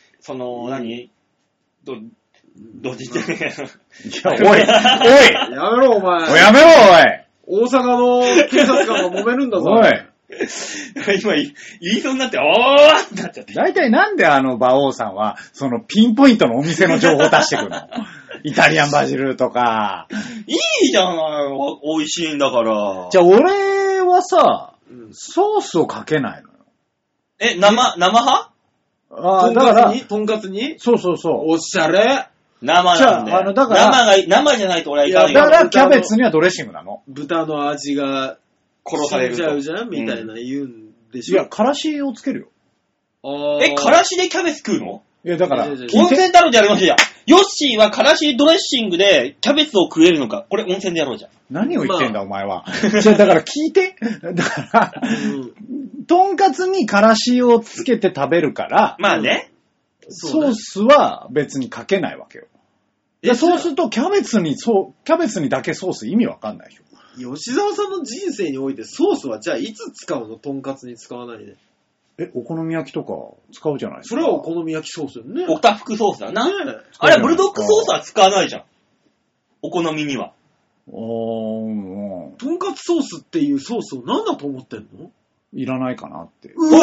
どっちってね。 いや、おいやめろ、お前。 やめろ、 おい大阪の警察官が揉めるんだぞ。 おい今言いそうになって、おーってなっちゃって。 大体なんで馬王さんは、ピンポイントのお店の情報を出してくるのイタリアンバジルとか。 いいじゃない、美味しいんだから。 じゃあ俺はさ、ソースをかけないのよ。 生派？ とんかつにそう。 おしゃれ。 生なんだよ。 だから生じゃないと俺はいかんよ。 だからキャベツにはドレッシングなの。 豚の味が殺されると。 死んじゃうじゃんみたいな言うんでしょ。 いや、からしをつけるよ。 からしでキャベツ食うの？ いや、だから、 温泉太郎でやりましょうじゃん。ヨッシーはからしドレッシングでキャベツを食えるのか。これ温泉でやろうじゃん。 何を言ってんだ、お前は。だから聞いて。だから、とんかつにからしをつけて食べるから、 まあね。 ソースは別にかけないわけよ。そうするとキャベツにだけソース意味わかんないよ。吉沢さんの人生においてソースはじゃあいつ使うの？とんかつに使わないで。 お好み焼きとか使うじゃないですか。 それはお好み焼きソースよね。 おたふくソースだな。あれブルドックソースは使わないじゃん。お好みには。 とんかつソースっていうソースを何だと思ってんの？ いらないかなって。 うわ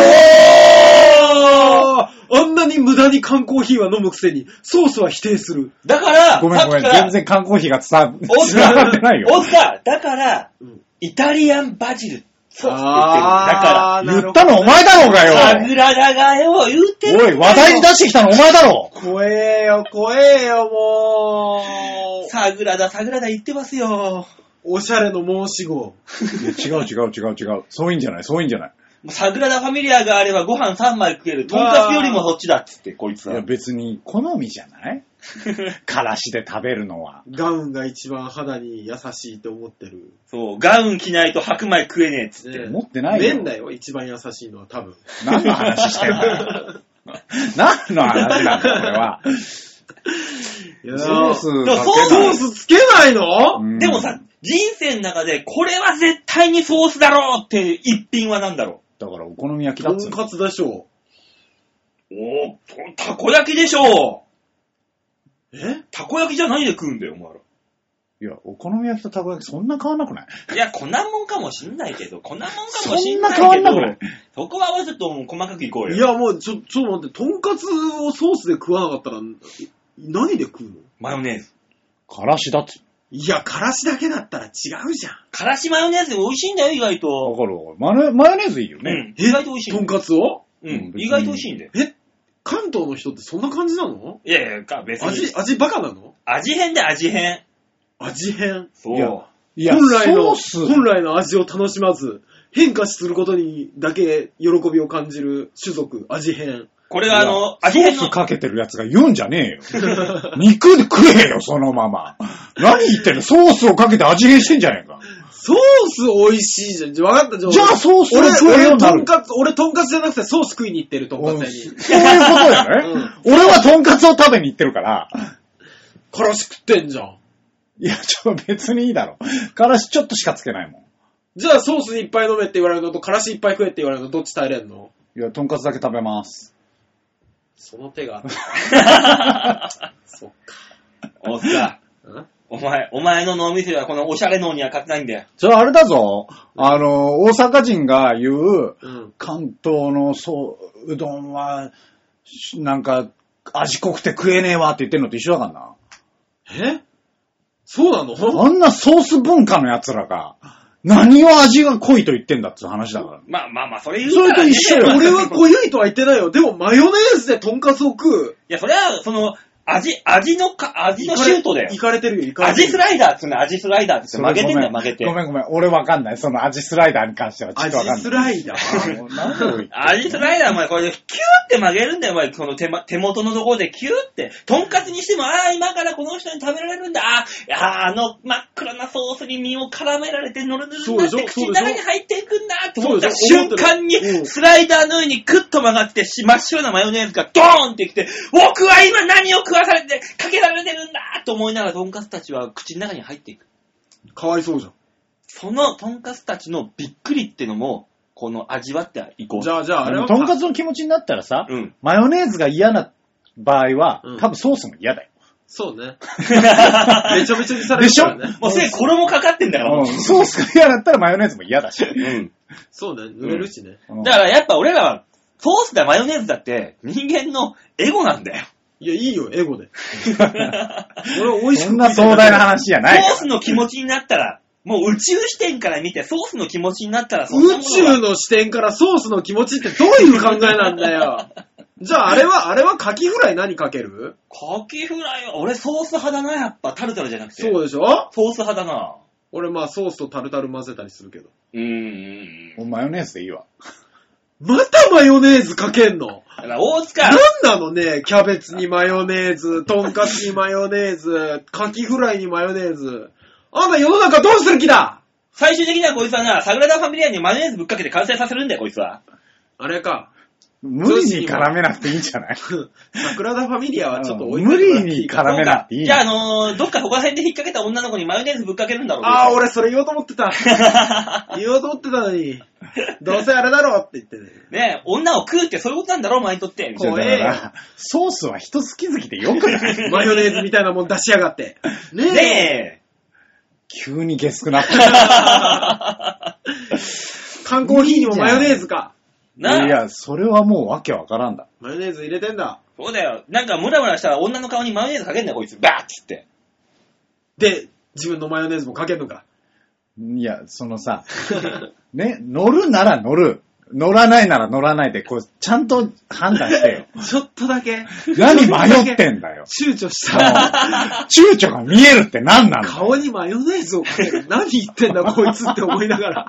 ー！あんなに無駄に缶コーヒーは飲むくせに、ソースは否定する。 だから、 ごめん、全然缶コーヒーが繋がってないよ。 オスカー、だから、イタリアンバジル。ソースって言ってる。だから。 言ったのお前だろうがよ。 サグラダがよ、言ってる。 おい、話題に出してきたのお前だろ。 怖えよ、もう。 サグラダ言ってますよ。 おしゃれの申し子。 違う。そういうんじゃない。 サグラダファミリアがあればご飯3枚食える。とんかつよりもそっちだっつって、こいつは。 いや別に好みじゃないからしで食べるのは。 ガウンが一番肌に優しいと思ってる。 そう、ガウン着ないと白米食えねえっつって。 思ってないよ。 麺だよ、一番優しいのは多分。 何の話してんの何の話なんだ、これは。ソースつけないの？ でもさ、人生の中でこれは絶対にソースだろうって一品は何だろう？だからお好み焼きだっつうの。 とんかつでしょう。たこ焼きでしょう。 たこ焼きじゃ何で食うんだよ、お前ら。 いや、お好み焼きとたこ焼きそんな変わんなくない？ いや、粉もんかもしんないけど、 そんな変わんなくない？ そこはちょっともう細かくいこうよ。 いや、もうちょっと待って、とんかつをソースで食わなかったら、何で食うの？ マヨネーズ。 からしだっつ。 いや、からしだけだったら違うじゃん。 からしマヨネーズでも美味しいんだよ、意外と。 わかる。マヨネーズいいよね。 意外と美味しい。 とんかつを？ 意外と美味しいんだよ。 関東の人ってそんな感じなの？ いやいや、別に。 味バカなの？ 味変で味変。 味変。 そう。 いや、 本来の味を楽しまず、変化することにだけ喜びを感じる種族、味変。 これが味変の。 ソースかけてるやつが言うんじゃねえよ。肉で食えよ、そのまま。何言ってんの？ソースをかけて味変してんじゃねえか。 ソース美味しいじゃん。わかった。 じゃあソースを食えようになる。 俺トンカツじゃなくてソース食いに行ってる、トンカツ屋に。 そういうことだよね。俺はトンカツを食べに行ってるから。 からし食ってんじゃん。 いや、別にいいだろ。からしちょっとしかつけないもん。 じゃあソースいっぱい飲めって言われるのと、からしいっぱい食えって言われるのどっち耐えれんの？ いや、トンカツだけ食べます。 その手が。そっか。 おっさ。お前の脳みそはこのおしゃれ脳には勝てないんだよ。 それあれだぞ。大阪人が言う、関東のうどんは、なんか、味濃くて食えねえわって言ってんのと一緒だからな。 え？そうなの？ あんなソース文化の奴らが、何を味が濃いと言ってんだって話だから。 まあ、それ言うから、ね。 それと一緒よ。 俺は濃いとは言ってないよ。でもマヨネーズでトンカツを食う。 いや、それは、味のシュートだよ。 いかれてるよ、 味スライダーって味スライダーって曲げてんだよ、曲げて。 ごめん。俺わかんない。その味スライダーに関してはちょっとわかんない。 味スライダー味スライダー、お前、これ、キューって曲げるんだよ、お前。この手元のところでキューって。トンカツにしても、今からこの人に食べられるんだ。真っ暗なソースに身を絡められて、ノルヌルになって口の中に入っていくんだって思った瞬間に、スライダーの上にクッと曲がって、真っ白なマヨネーズがドーンってきて、僕は今何を食わされて、かけられてるんだと思いながらトンカツたちは口の中に入っていく。 かわいそうじゃん。 そのトンカツたちのびっくりってのも、この味わっていこう。 じゃああれはトンカツの気持ちになったらさ、マヨネーズが嫌な場合は、多分ソースも嫌だよ。 そうね。めちゃめちゃにされるからね。 でしょ？もうすでに衣かかってんだから。 ソースが嫌だったらマヨネーズも嫌だし。 そうね、塗れるしね。 だからやっぱ俺らは、ソースだマヨネーズだって人間のエゴなんだよ。 いや、いいよ、エゴで。俺は美味しくそんな壮大な話じゃない。 ソースの気持ちになったら、もう宇宙視点から見てソースの気持ちになったら宇宙の視点からソースの気持ちってどういう考えなんだよ。じゃああれはカキフライ何かける？ カキフライは、俺ソース派だな、やっぱ。タルタルじゃなくて。 そうでしょ？ ソース派だな。 俺ソースとタルタル混ぜたりするけど。 マヨネーズでいいわ。 またマヨネーズかけんの？ 大塚。 なんなのね、キャベツにマヨネーズ、トンカツにマヨネーズ、カキフライにマヨネーズ。あんた世の中どうする気だ？ 最終的にはこいつはな、サグラダ・ファミリアにマヨネーズぶっかけて完成させるんだよ、こいつは。 あれか。 無理に絡めなくていいんじゃない？ サグラダ・ファミリアはちょっと置いて無理に絡めなくていい。 じゃあ、どっか他辺で引っ掛けた女の子にマヨネーズぶっかけるんだろう。 俺それ言おうと思ってた。言おうと思ってたのに。どうせあれだろうって言ってね。 ねえ、女を食うってそういうことなんだろう、お前にとって。 だからソースは人好き好きでよくないマヨネーズみたいなもん出しやがって。 ねえ。 急にゲスくなった。 缶コーヒーにもマヨネーズか。 いや、それはもうわけわからんだ。 マヨネーズ入れてんだ。 そうだよ。なんかムラムラしたら女の顔にマヨネーズかけんだよ、こいつ。バーッつって。 で、自分のマヨネーズもかけんのか。 いや、そのさ、ね、乗るなら乗る。乗らないなら乗らないで、こう、ちゃんと判断してよ。 ちょっとだけ。 何迷ってんだよ。 躊躇した。 躊躇が見えるって何なの？ 顔にマヨネーズをかける。何言ってんだこいつって思いながら。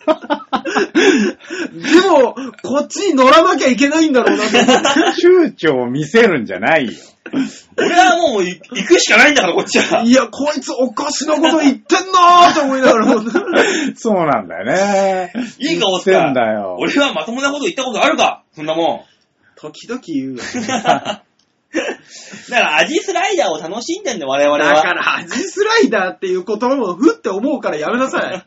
でも、こっちに乗らなきゃいけないんだろうなって。 躊躇を見せるんじゃないよ。 俺はもう行くしかないんだから、こっちは。 いや、こいつおかしなこと言ってんなーって思いながら。 そうなんだよね。 いい顔してんだよ。 俺はまともなこと言ったことあるか？そんなもん。 時々言うよ。 だから味スライダーを楽しんでんだよ、我々は。 だから味スライダーっていう言葉もふって思うからやめなさい。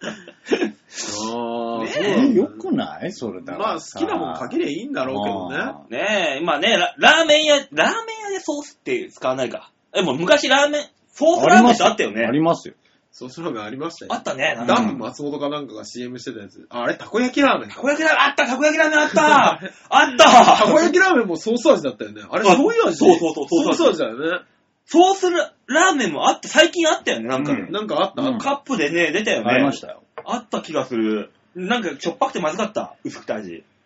よくないそれだ。 まあ好きなもんかけりゃいいんだろうけどね。 ねえ、今ね、ラーメン屋でソースって使わないか。もう昔ソースラーメンってあったよね。 ありますよ。 ソースラーメンありましたよ。 あったね。 ダン松本かなんかが CM してたやつ。あれ、たこ焼きラーメン。 たこ焼きラーメンあった、たこ焼きラーメンあったあったたこ焼きラーメンもソース味だったよね。あれ、そういう味。 そう。 ソース味だよね。 ソースラーメンもあって、最近あったよね、なんか。 なんかあった、 カップでね、出たよね。 ありましたよ。 あった気がする。なんか、しょっぱくてまずかった。薄くて味。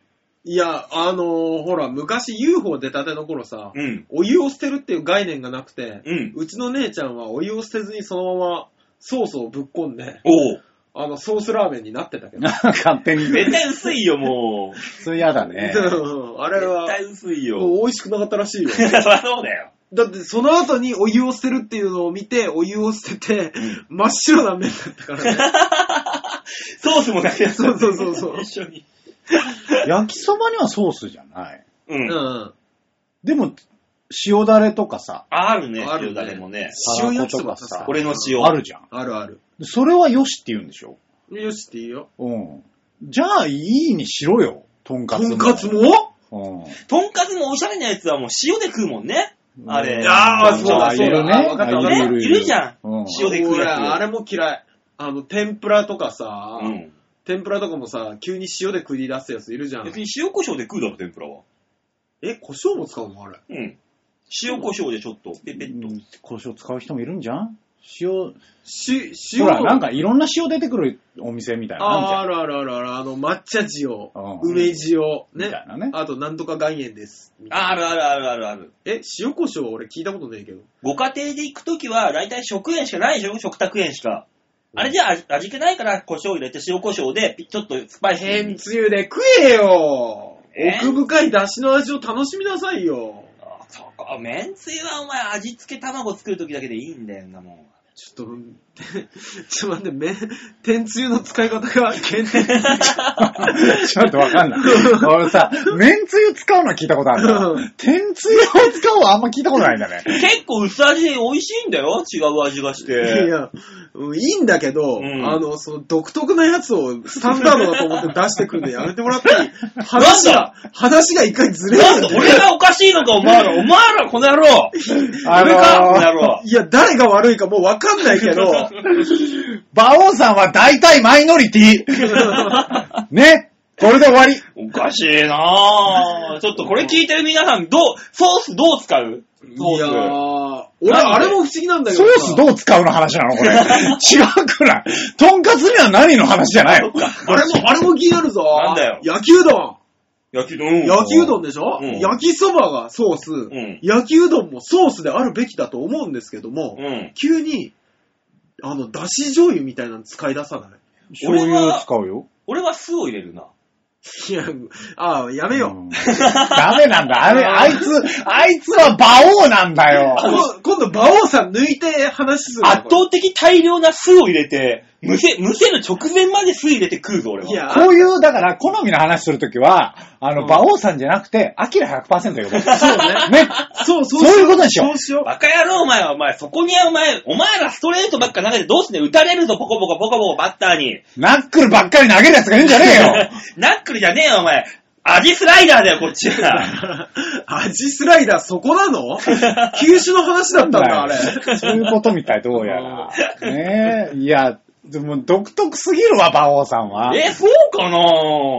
いや、ほら、昔 UFO 出たての頃さ、 うん。 お湯を捨てるっていう概念がなくて、 うん。 うちの姉ちゃんはお湯を捨てずにそのままソースをぶっ込んで、 おう。 ソースラーメンになってたけど。 勝手に。 絶対薄いよ、もう。 それ嫌だね。 あれは、 絶対薄いよ。 もう美味しくなかったらしいよ。 そりゃそうだよ。 だってその後にお湯を捨てるっていうのを見て、お湯を捨てて、真っ白な麺だったからね。 ソースもなくなった。 そうそうそうそう一緒に。 焼きそばにはソースじゃない。 う。 うんん。 でも、塩だれとかさ、 あるね、 あるね塩だれもね。 塩焼きそばたらことかさ俺の塩。 あるじゃん。 あるある。 それはよしって言うんでしょ？ よしっていいよ。 うん。じゃあ、いいにしろよ。とんかつも。 とんかつもうん。 とんかつもおしゃれなやつはもう塩で食うもんね。あれ。 あーそうだいるね。 そうだわかったわかったね、いるじゃん。 うん。 塩で食う俺、 やつ。 あれも嫌い。天ぷらとかさ、 うん。 天ぷらとかもさ、急に塩で食い出すやついるじゃん。 別に塩コショウで食うだろ、天ぷらは。 胡椒も使うのあれ。 うん。塩コショウでちょっと、ペペッと。 胡椒使う人もいるんじゃん？塩、 塩。 ほら、なんかいろんな塩出てくるお店みたいなのあんじゃん。 あるあるあるある。抹茶塩、 うん梅塩、ねみた。いなね。 あと、なんとか岩塩です。 あるあるあるあるある。 塩胡椒は俺聞いたことねえけど。 ご家庭で行くときは、だいたい食塩しかないでしょ、食卓塩しか。あれじゃ味気ないから胡椒入れて塩胡椒でちょっとスパイス天つゆで食えよ、 え奥深い出汁の味を楽しみなさいよ。 あそこ、めんつゆはお前味付け卵作るときだけでいいんだよな、もう。 ちょっと待って、天つゆの使い方が限定的。 ちょっとわかんない。俺さ、めんつゆ使うのは聞いたことあるな。天つゆを使うのはあんま聞いたことないんだね。 結構薄味で美味しいんだよ、違う味がしいて。 や、いいんだけど、 うんその独特なやつをスタンダードだと思って出してくるのやめてもらっていい？話が一回ずれなんるんだよ。 で俺がおかしいのか、お前ら、この野郎。俺か、この野郎。 いや、誰が悪いかもうわかんないけど、 馬王さんは大体マイノリティ。ね。これで終わり。 おかしいなぁ。ちょっとこれ聞いてる皆さん、ソースどう使う？ いやー、俺あれも不思議なんだけソどースどう使うの話なのこれ。違うくらい。とんかつには何の話じゃないの？ あれも気になるぞ。 なんだよ焼きうどん。 焼きうどんでしょ、 うん焼きそばがソース、 ん焼きうどんもソースであるべきだと思うんですけども、 うん。 急に、だし醤油みたいなの使い出さない？ 醤油使うよ。 俺は酢を入れるな。 いや、やめよう。 ダメなんだ。あいつは馬王なんだよ。 今度、馬王さん抜いて話する。 圧倒的大量な酢を入れて、むせる直前まで酢入れて食うぞ、俺は。 いや、 こういう、だから、好みの話するときは、馬王さんじゃなくて、アキラ 100% よ。 そうね。 ね。そういうことにしよう。 そうしよう。 バカ野郎、お前は、そこにはお前らストレートばっか投げてどうすんねん、打たれるぞ、ポコポコバッターに。 ナックルばっかり投げるやつがいるんじゃねえよ。 ナックルじゃねえよ、お前。味スライダーだよ、こっちは。 味スライダーそこなの？球種の話だったんだ、あれ。 そういうことみたい、どうやら。ねえ。いや、でも独特すぎるわ、馬王さんは。 そうかな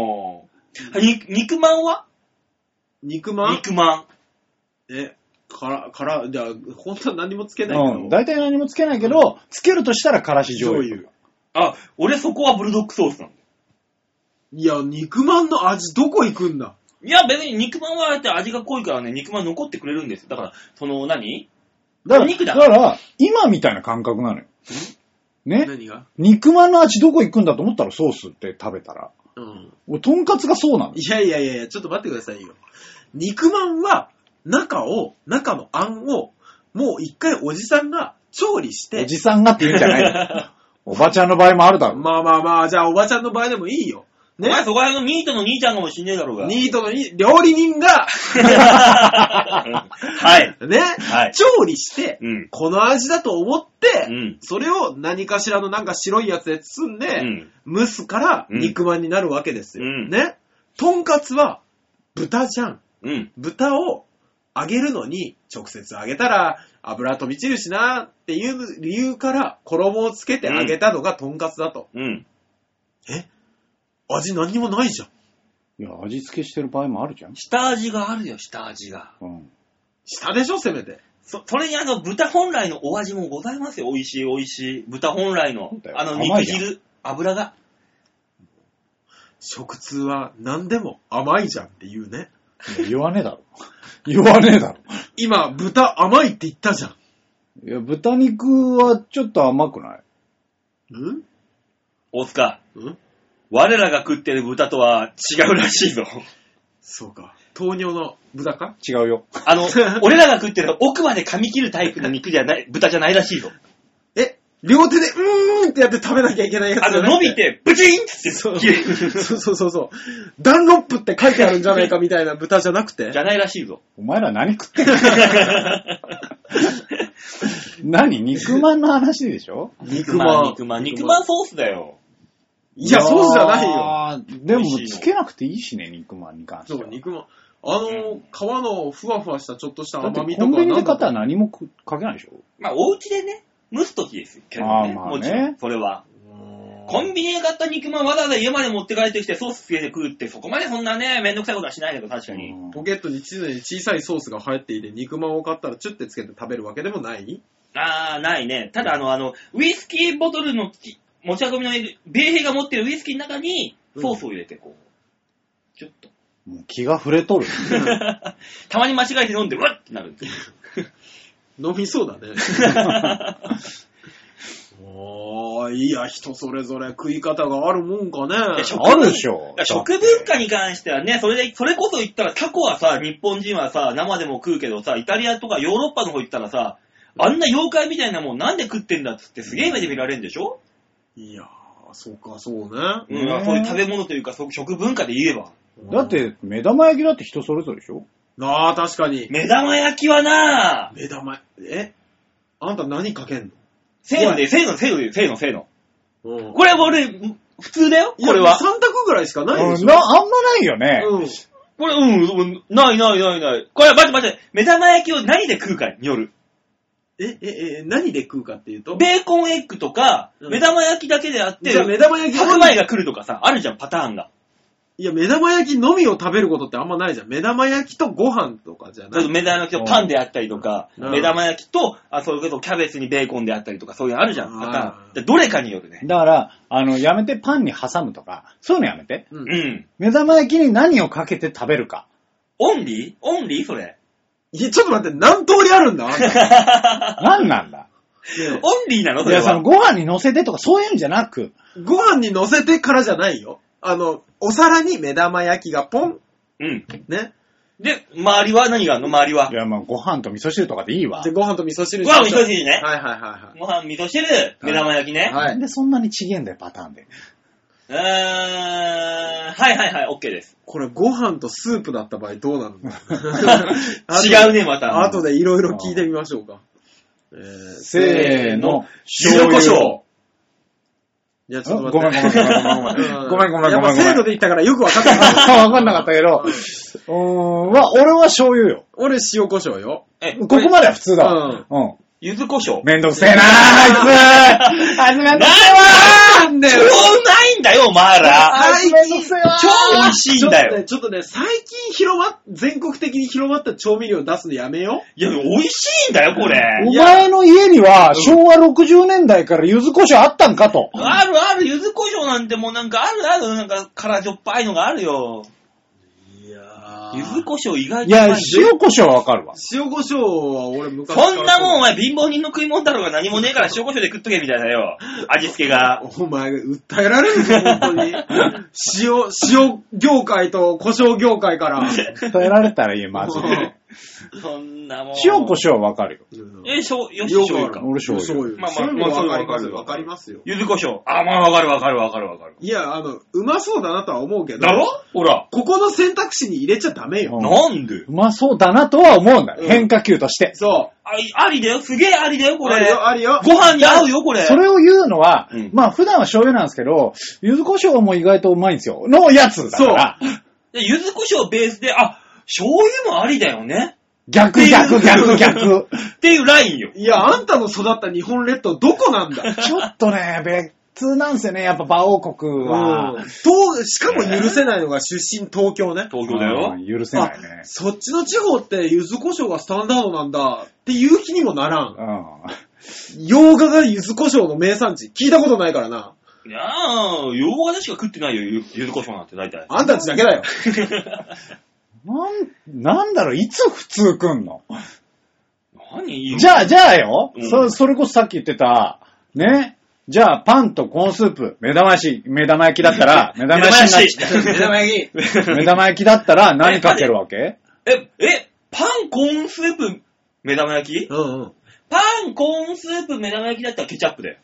肉まんは？ 肉まん？ 肉まん。 じゃあ、本当は何もつけないけど。 大体何もつけないけど、つけるとしたらからし醤油。 俺そこはブルドックソースなの。 いや、肉まんの味どこ行くんだ？ いや、別に肉まんは味が濃いからね、肉まん残ってくれるんですよ。だから、 だお肉だ。 から、今みたいな感覚なのよ。ね。 何が？ 肉まんの味どこ行くんだと思ったらソースって食べたら。 うん。 とんかつがそうなの。 いや、ちょっと待ってくださいよ。肉まんは、中のあんを、もう一回おじさんが調理して。 おじさんがって言うんじゃないおばちゃんの場合もあるだろ。 まあ、じゃあおばちゃんの場合でもいいよ。 ね。お前そこら辺のニートの兄ちゃんかもしんねえだろうが。 ニートの料理人が、 はい。 ね、 はい、 調理して、 うん、 この味だと思って、 うん、 それを何かしらのなんか白いやつで包んで、蒸すから肉まんになるわけですよ。ね。とんかつは豚じゃん。豚を揚げるのに直接揚げたら油飛び散るしなっていう理由から衣をつけて揚げたのがとんかつだと。味何にもないじゃん。 いや、味付けしてる場合もあるじゃん。 下味があるよ、下味が。 下でしょ、せめて。 それに豚本来のお味もございますよ。美味しい。豚本来の。肉汁、油が。 食通は何でも甘いじゃんって言うね。 言わねえだろ。言わねえだろ。 今、豚甘いって言ったじゃん。 いや、豚肉はちょっと甘くない？ 大塚。我らが食ってる豚とは違うらしいぞ。 そうか。糖尿の豚か？ 違うよ。 俺らが食ってる奥まで噛み切るタイプの肉じゃない、豚じゃないらしいぞ。 両手でってやって食べなきゃいけないやつじゃなくて。 伸びて、ブチンって切れる。 そう。ダンロップって書いてあるんじゃないかみたいな豚じゃなくて。 じゃないらしいぞ。 お前ら何食ってんの？何？肉まんの話でしょ？ 肉まんソースだよ。 いや、ソースじゃないよ。 でも、つけなくていいしね、肉まんに関しては。 そう、肉まん。皮のふわふわしたちょっとした甘みとか。 コンビニで買ったら何もかけないでしょ？ まあ、お家でね、蒸すときですけどね。 まあね。 もちろん、それは。コンビニで買った肉まんわざわざ家まで持って帰ってきてソースつけて食うって、そこまでそんなね、めんどくさいことはしないけど、確かに。 ポケットに常に小さいソースが入っていて、肉まんを買ったらチュッてつけて食べるわけでもない？ ないね。ただウイスキーボトルの持ち運びの米兵が持ってるウイスキーの中にソースを入れて、こう、ちょっと。 もう気が触れとる。 たまに間違えて飲んで、うわっってなるんですよ。 飲みそうだね。いや、人それぞれ食い方があるもんかね。 あるでしょ。 食文化に関してはね、それこそ言ったら、タコはさ、日本人はさ、生でも食うけどさ、イタリアとかヨーロッパの方行ったらさ、あんな妖怪みたいなもんなんで食ってんだっつってすげえ目で見られるんでしょ？ いやー、そうか、そうね。 そういう食べ物というか、食文化で言えば。 だって、目玉焼きだって人それぞれでしょ？ 確かに。 目玉焼きはな目玉、あんた何かけんの？ せーの。これ俺、普通だよ、これは。 3択ぐらいしかないでしょ？ あんまないよね。 これ、ない。これ、待って。目玉焼きを何で食うかによる。 何で食うかっていうと？ ベーコンエッグとか、目玉焼きだけであって、 目玉焼き白米が来るとかさ、あるじゃん、パターンが。 いや、目玉焼きのみを食べることってあんまないじゃん。目玉焼きとご飯とかじゃない。 目玉焼きとパンであったりとか、目玉焼きと、それこそキャベツにベーコンであったりとか、そういうのあるじゃん、パターン。どれかによるね。 だから、やめてパンに挟むとか、そういうのやめて。 目玉焼きに何をかけて食べるか。 オンリーそれ。 いや、ちょっと待って、何通りあるんだ何なんだオンリーなのそれは。 いや、ご飯に乗せてとかそういうんじゃなく。 ご飯に乗せてからじゃないよ。お皿に目玉焼きがポン。ね。 で、周りは何があるの？周りは。 いや、ご飯と味噌汁とかでいいわ。 で、ご飯と味噌汁に。ご飯味噌汁ね。 はい。 ご飯味噌汁、目玉焼きね。 はい。で、そんなにちげえんだよ、パターンで。 はい、OK です。 これ、ご飯とスープだった場合どうなるの？ 違うね、また。 後でいろいろ聞いてみましょうか。 せーの。 塩コショウ。 いや、ちょっと待って。 ごめん。 やっぱせーので言ったからよくわかんなかった。 わかんなかったけど、俺は醤油よ。 俺塩コショウよ。 ここまでは普通だ。 柚子胡椒。 めんどくせえなー、あいつめんどくせえわーなんだよ。ないんだよ、お前ら。 最近、超美味しいんだよ。 ちょっとね、最近全国的に広まった調味料出すのやめよ。 いや、美味しいんだよ、これ。 お前の家には、昭和60年代から柚子胡椒あったんかと。 ある、柚子胡椒なんてもうなんかある、なんか辛じょっぱいのがあるよ。柚子胡椒意外と。 いや、塩胡椒はわかるわ。 塩胡椒は俺昔から。 そんなもんお前貧乏人の食い物だろうが何もねえから塩胡椒で食っとけみたいだよ。味付けが。 お前訴えられるぞ、本当に。塩業界と胡椒業界から。 訴えられたらいいよ、マジで。 そんなもん。 塩胡椒はわかるよ。 醤油か。 俺醤油。 まあ、わかりますよ。 柚子胡椒。まあわかる。 いや、うまそうだなとは思うけど。 だろほら。 ここの選択肢に入れちゃダメよ。 なんで？ うまそうだなとは思うんだよ。変化球として。 そう。 ありだよ。すげえありだよ、これ。 ありよ。 ご飯に合うよ、これ。 それを言うのは、まあ普段は醤油なんですけど、柚子胡椒も意外とうまいんですよ。のやつだから。 柚子胡椒ベースで、醤油もありだよね。 逆。っていうラインよ。 いや、あんたの育った日本列島どこなんだ？ ちょっとね、別なんですよね、やっぱ馬王国は。 しかも許せないのが出身東京ね。 東京だよ。 許せないね。 そっちの地方って柚子胡椒がスタンダードなんだっていう気にもならん。洋画が柚子胡椒の名産地聞いたことないからな。 いやー、洋画でしか食ってないよ、ゆずこしょうなんて大体。 あんたたちだけだよ。 なんだろう、いつ普通食んの？ 何じゃあよ、それこそさっき言ってた、ね。じゃあ、パンとコーンスープ、目玉焼きだったら、目玉焼きだったら何かけるわけ？ パン、コーンスープ、目玉焼き？ うんうん。 パン、コーンスープ、目玉焼きだったらケチャップだよ。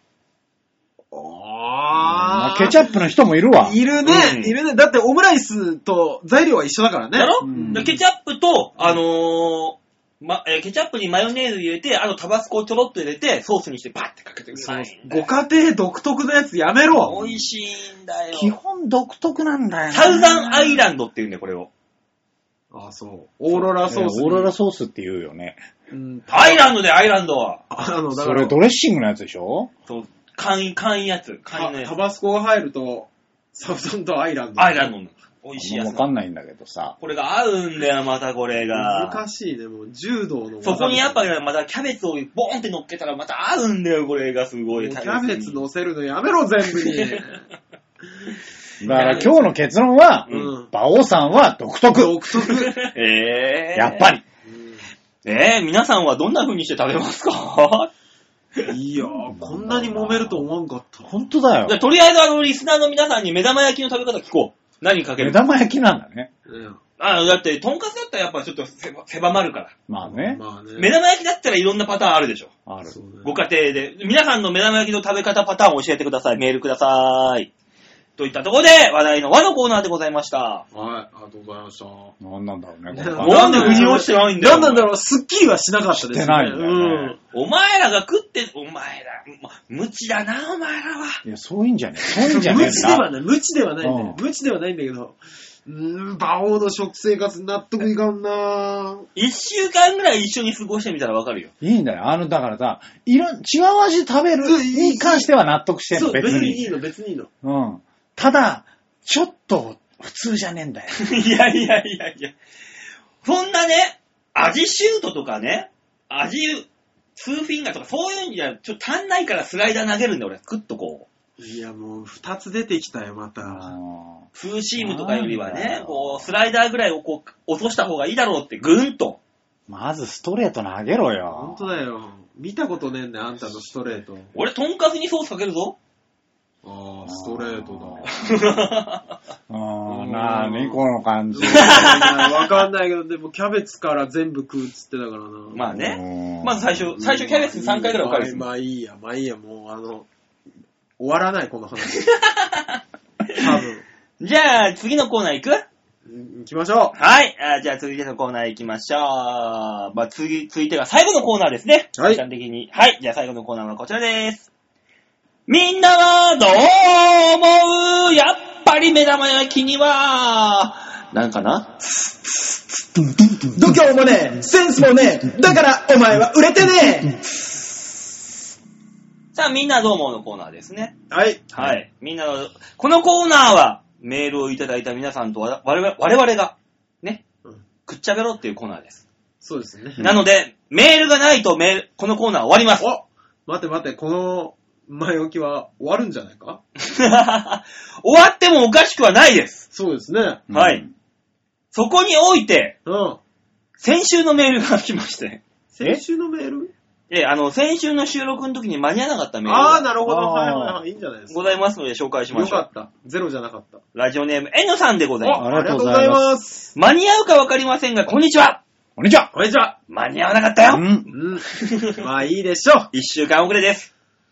ケチャップの人もいるわ。 いるね、いるね。だってオムライスと材料は一緒だからね。 だろ？ケチャップと、ケチャップにマヨネーズ入れて、タバスコをちょろっと入れて、ソースにしてバッてかけてください。 ご家庭独特のやつやめろ。 美味しいんだよ。 基本独特なんだよ。 サウザンアイランドって言うんだよ、これを。 あ、そう。オーロラソース。 オーロラソースって言うよね。 アイランドでアイランドは。 それドレッシングのやつでしょ？ そう。簡易やつ。 タバスコが入ると、サウザンとアイランド。 アイランドの。美味しいやつ。 わかんないんだけどさ。 これが合うんだよ、またこれが。 難しいね、もう柔道の。 そこにやっぱりまたキャベツをボーンって乗っけたらまた合うんだよ、これがすごい。 キャベツ乗せるのやめろ、全部に。 だから今日の結論は、馬王さんは独特。 独特。 やっぱり。 皆さんはどんな風にして食べますか？ いやー、こんなに揉めると思わんかった。 本当だよ。 とりあえずリスナーの皆さんに目玉焼きの食べ方聞こう。何かける？ 目玉焼きなんだね。 だって、とんかつだったらやっぱちょっと狭まるから。 まあね。 目玉焼きだったらいろんなパターンあるでしょ。 ある。 ご家庭で。皆さんの目玉焼きの食べ方パターンを教えてください。メールください。といったところで、話題の和のコーナーでございました。 はい、ありがとうございました。 なんなんだろうね。 なんで腑に落ちてないんだよ。 なんなんだろう、スッキリはしなかったですね。 してないんだよね。 お前らが食って、無知だな、お前らは。 いや、そういうんじゃねえ。そういうんじゃねえ。 無知ではない。無知ではないんだよ。無知ではないんだけど、馬王の食生活納得いかんな。 1週間ぐらい一緒に過ごしてみたらわかるよ。 いいんだよ。だからさ、違う味食べるに関しては納得してんの、別に。 別にいいの、別にいいの。 うん。ただ、ちょっと普通じゃねえんだよ。 いや。そんなね、味シュートとかね、ツーフィンガーとかそういうんじゃちょっと足んないからスライダー投げるんだよ、俺。クッとこう。 いや、もう2つ出てきたよ、また。 ツーシームとかよりはね、スライダーぐらいを落とした方がいいだろうって、ぐーんと。 まずストレート投げろよ。 ほんとだよ。見たことねえんだよ、あんたのストレート。 俺、とんかつにソースかけるぞ。 ストレートだ。 なにこの感じ。 わかんないけど、でもキャベツから全部食うっつってたからな。 まあね。まず最初キャベツに3回ぐらいおかわりする。 まあいいや、もう終わらない、この話。多分。 じゃあ、次のコーナー行く？ 行きましょう。 はい。じゃあ、次のコーナー行きましょう。続いてが最後のコーナーですね。 はい。 時間的に。はい。じゃあ、最後のコーナーはこちらです。みんなはどう思う？やっぱり目玉焼きには、なんかな？ 度胸もねえ、センスもねえ、だからお前は売れてねえ。 さあ、みんなどう思うのコーナーですね。 はい。 はい。みんなの、このコーナーは、メールをいただいた皆さんと我々が、ね、くっちゃべろっていうコーナーです。 そうですね。 なので、メールがないとこのコーナー終わります。 待て、この前置きは終わるんじゃないか？ 終わってもおかしくはないです。 そうですね。 はい。そこにおいて、 うん。 先週のメールが来まして。 先週のメール？ 先週の収録の時に間に合わなかったメールが。 なるほど。はい、いいんじゃないですか。 ございますので紹介しましょう。 よかった。ゼロじゃなかった。 ラジオネーム N さんでございます。 ありがとうございます。 間に合うかわかりませんが、こんにちは。 こんにちは。 間に合わなかったよ。 まあいいでしょう。 1週間遅れです。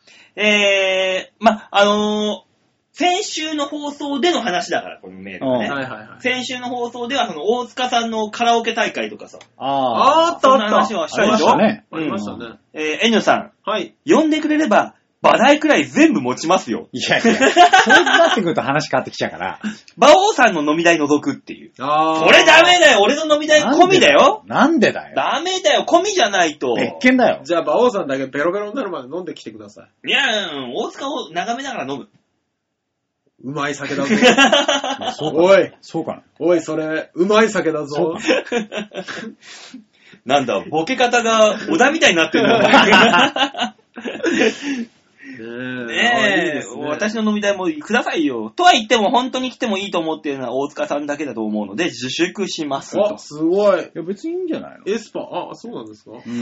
先週の放送での話だから、このメールがね。 はい。 先週の放送では、大塚さんのカラオケ大会とかさ。 あった。 そんな話はしたでしょ？ ありましたね。 N さん。 はい。 呼んでくれれば、馬代くらい全部持ちますよ。 いや、そうなってくると話変わってきちゃうから。 馬王さんの飲み代除くっていう。それダメだよ。俺の飲み代込みだよ。 なんでだよ。 ダメだよ。込みじゃないと。 別件だよ。 じゃあ、馬王さんだけベロベロになるまで飲んできてください。いや、大塚を眺めながら飲む。 うまい酒だぞ。 おい。そうかな。 おい、それ、うまい酒だぞ。 なんだ、ボケ方が小田みたいになってるの。 ねえ、いいですね、私の飲み代もくださいよ。とは言っても本当に来てもいいと思っているのは大塚さんだけだと思うので自粛しますと。 あ、すごい。 いや別にいいんじゃないの？ エスパー、あ、そうなんですか？ うん。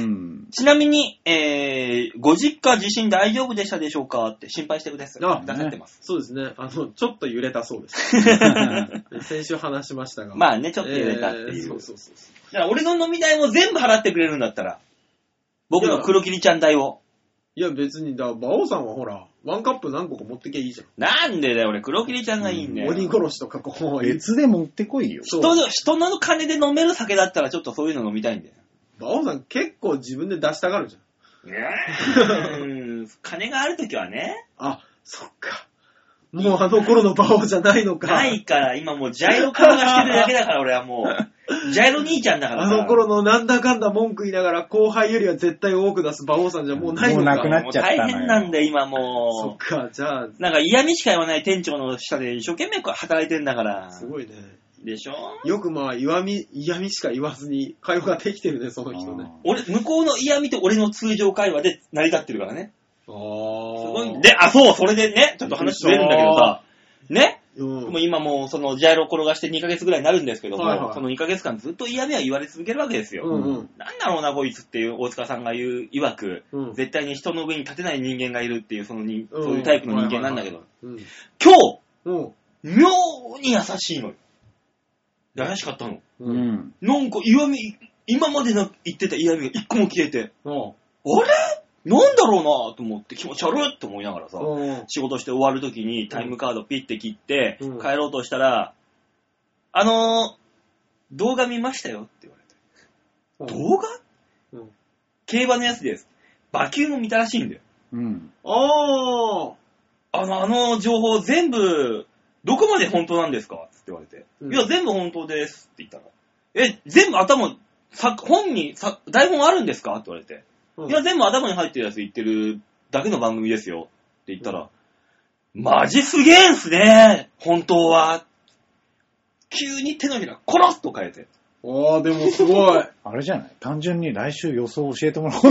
ちなみに、ご実家地震大丈夫でしたでしょうかって心配してくださってます。 そうですね。ちょっと揺れたそうです。先週話しましたが。 まあね、ちょっと揺れたっていう。 そうそう。 だから俺の飲み代も全部払ってくれるんだったら、僕の黒霧ちゃん代を。 いや別に、馬王さんはほら、ワンカップ何個か持ってけいいじゃん。 なんでだよ、俺黒霧ちゃんがいいんだよ。 鬼殺しとかこう。 別で持ってこいよ。 人の金で飲める酒だったらちょっとそういうの飲みたいんだよ。 馬王さん結構自分で出したがるじゃん。金があるときはね。 あ、そっか。もうあの頃の馬王じゃないのか。 ないから、今もうジャイロ顔がしてるだけだから俺はもう。ジャイロ兄ちゃんだからさ。 あの頃のなんだかんだ文句言いながら後輩よりは絶対多く出す馬王さんじゃもうないのか。 もうなくなっちゃったのよ。 大変なんだよ今もう。そっか、じゃあ。 なんか嫌味しか言わない店長の下で一生懸命働いてんだから。 すごいね。 でしょ？ よくまあ嫌味しか言わずに会話ができてるね、その人ね。 向こうの嫌味と俺の通常会話で成り立ってるからね。 すごい。で、そう、それでね、ちょっと話ずれるんだけどさ、ね、もう今もうそのジャイロ転がして2ヶ月ぐらいになるんですけども、その2ヶ月間ずっと嫌味は言われ続けるわけですよ。なんだろうなこいつっていう大塚さんが言う曰く、絶対に人の上に立てない人間がいるっていうそういうタイプの人間なんだけど、今日、妙に優しいのよ。優しかったの。なんか嫌味、今まで言ってた嫌味が一個も消えて、あれなんだろうなと思って気持ち悪いって思いながらさ、仕事して終わるときにタイムカードピッて切って帰ろうとしたら、動画見ましたよって言われて。動画？競馬のやつです。馬球も見たらしいんだよ。あの情報全部、どこまで本当なんですかって言われて。いや、全部本当ですって言ったら。全部本に台本あるんですかって言われて。いや、全部頭に入ってるやつ言ってるだけの番組ですよって言ったら、マジすげえんすね本当は。急に手のひらコロッと変えて。 でもすごい。 あれじゃない？単純に来週予想を教えてもらおう。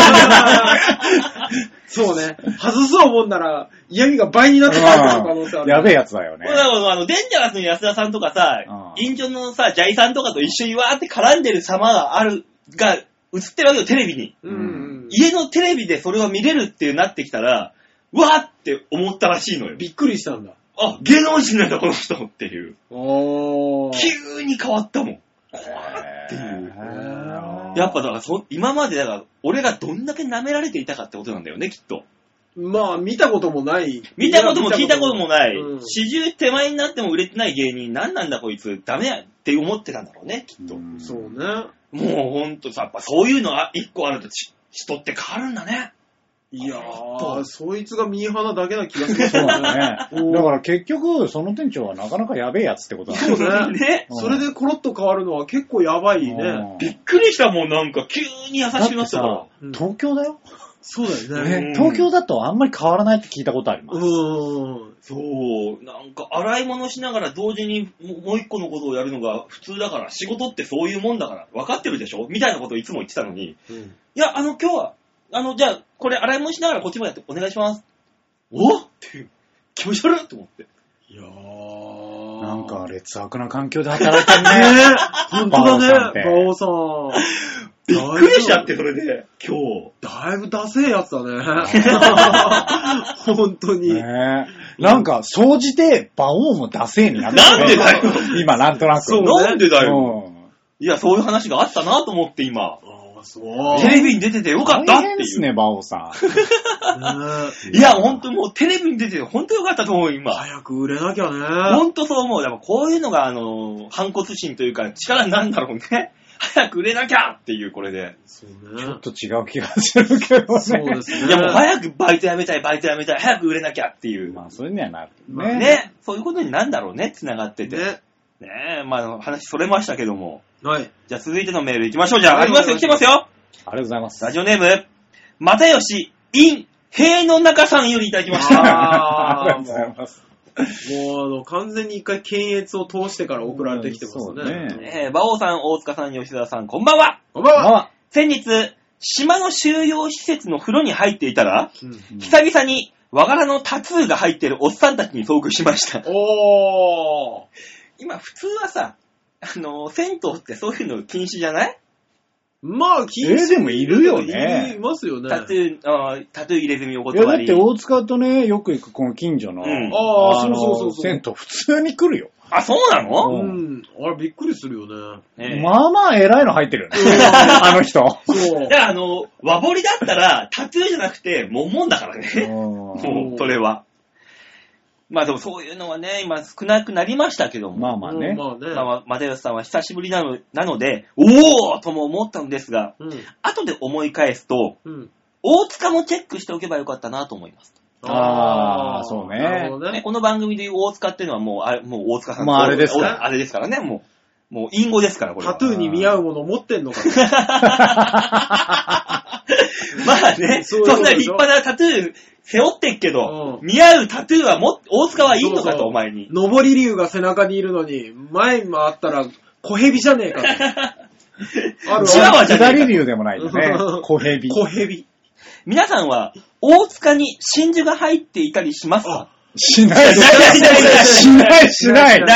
そうね。外そうもんなら嫌味が倍になってた可能性ある。 やべえやつだよね。 デンジャラスの安田さんとかさ、インジョンのさ、ジャイさんとかと一緒にわーって絡んでる様が映ってるわけよ、テレビに。家のテレビでそれを見れるってなってきたら、うわーって思ったらしいのよ。 びっくりしたんだ。 あ、芸能人なんだ、この人っていう。急に変わったもん。っていう。やっぱだから今までだから俺がどんだけ舐められていたかってことなんだよね、きっと。 まあ見たこともない。 見たことも聞いたこともない。40手前になっても売れてない芸人、なんなんだこいつ、ダメやって思ってたんだろうね、きっと。 そうね。 もうほんとさ、やっぱそういうのが一個あると人って変わるんだね。 いやー、そいつがミーハナだけな気がする。 そうだね。だから結局、その店長はなかなかやべえやつってことなんだよ。 そうね。それでコロッと変わるのは結構やばいね。 びっくりしたもん、なんか急に優しくなったから。 東京だよ。 そうだよね。 東京だとあんまり変わらないって聞いたことあります。 そう、なんか洗い物しながら同時にもう一個のことをやるのが普通だから、仕事ってそういうもんだから、分かってるでしょみたいなことをいつも言ってたのに、いや、今日は、じゃあ、これ洗い物しながらこっちもやってお願いします。おっていう、気持ち悪いと思って。 いやー。 なんか劣悪な環境で働いてるね。 本当だね、馬王さん。 びっくりしちゃって、それで、今日。 だいぶダセえやつだね。本当に。 なんか、総じて、馬王もダセえになってる。 なんでだよ。 今、なんとなく。 そうね。なんでだよ。いや、そういう話があったなと思って、今。テレビに出ててよかったっていう。 大変ですね、馬王さん。いや、ほんともうテレビに出ててほんとよかったと思う、今。 早く売れなきゃね。 ほんとそう思う。やっぱこういうのが、反骨心というか、力なんだろうね。早く売れなきゃっていう、これで。 そうね。 ちょっと違う気がするけどね。 そうですね。 いや、もう早くバイトやめたい、早く売れなきゃっていう。 まあ、そういうにはなる。 ね。そういうことになんだろうね、繋がってて。ねえ、まあ、話それましたけども。 はい。 じゃあ続いてのメール行きましょう。じゃあ、ありますよ、来てますよ。 ありがとうございます。 ラジオネーム、又吉、塀の中さんよりいただきました。 ありがとうございます。 もう完全に一回検閲を通してから送られてきてますね。 馬王さん、大塚さん、吉田さん、こんばんは。 こんばんは。 先日、島の収容施設の風呂に入っていたら、久々に和柄のタトゥーが入ってるおっさんたちに遭遇しました。 おー。 今普通はさ、銭湯ってそういうの禁止じゃない？ まあ、禁止。 でもいるよね。 いますよね。 タトゥー入れ墨おいや、だ断り。 って大塚とね、よく行くこの近所の、 そう。 銭湯普通に来るよ。 あ、そうなの？ うん。あれびっくりするよね。 まあまあ偉いの入ってるよね。あの人。 そう。 だから和彫りだったらタトゥーじゃなくて、もんだからね。もう、それは。まあでもそういうのはね、今少なくなりましたけども。 まあまあね。 まあね。 又吉さんは久しぶりなので、おーとも思ったんですが、後で思い返すと、大塚もチェックしておけばよかったなと思います。 ああ、そうね。 なるほどね。 この番組でいう大塚っていうのはもう大塚さんあれですから。 あれですからね、もう隠語ですから、これ。 タトゥーに見合うもの持ってんのかな。 まあね、そんな立派なタトゥー背負ってっけど、似合うタトゥーは大塚はいいのかと、お前に。 上り竜が背中にいるのに、前回ったら小蛇じゃねえかと。 あるチワワじゃねえか。左竜でもないよね。小蛇。 小蛇。 皆さんは、大塚に真珠が入っていたりしますか？ しない。しない。 ない。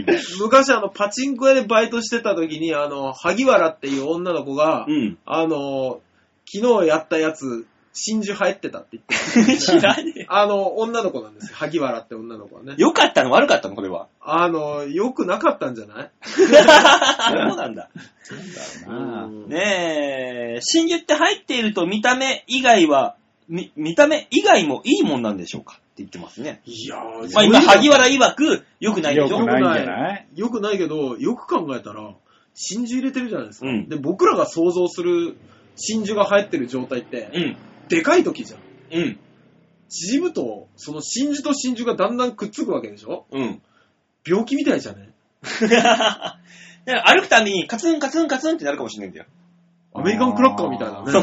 昔パチンコ屋でバイトしてた時に、萩原っていう女の子が、昨日やったやつ、真珠入ってたって言って。 知らねえ。 女の子なんですよ。萩原って女の子はね。 良かったの悪かったのこれは。 良くなかったんじゃない？ そうなんだ。ねえ、真珠って入っていると見た目以外もいいもんなんでしょうかって言ってますね。 いやー、まあ今、萩原曰く、良くないでしょ？ 良くないんじゃない？ 良くないけど、よく考えたら、真珠入れてるじゃないですか。で、僕らが想像する真珠が入ってる状態って、でかい時じゃん。縮むと、その真珠と真珠がだんだんくっつくわけでしょ？病気みたいじゃね？ だから歩くたびにカツンカツンカツンってなるかもしれないんだよ。 アメリカンクラッカーみたいなね。 そう。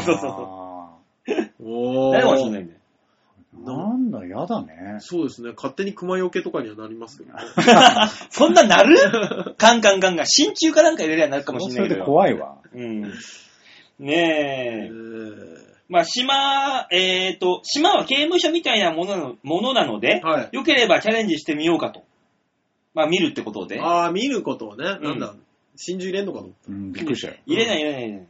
なるかもしれないんだよ。 なんだ、やだね。 そうですね。勝手に熊よけとかにはなりますけどね。 そんななる？カンカン。真鍮かなんか入れればなるかもしれないけど。 それで怖いわ。 ねえ。まあ、島は刑務所みたいなものなので、良ければチャレンジしてみようかと。まあ、見るってことで。 見ることをね。なんだ、真珠入れんのかと思った。 びっくりしたよ。 入れない。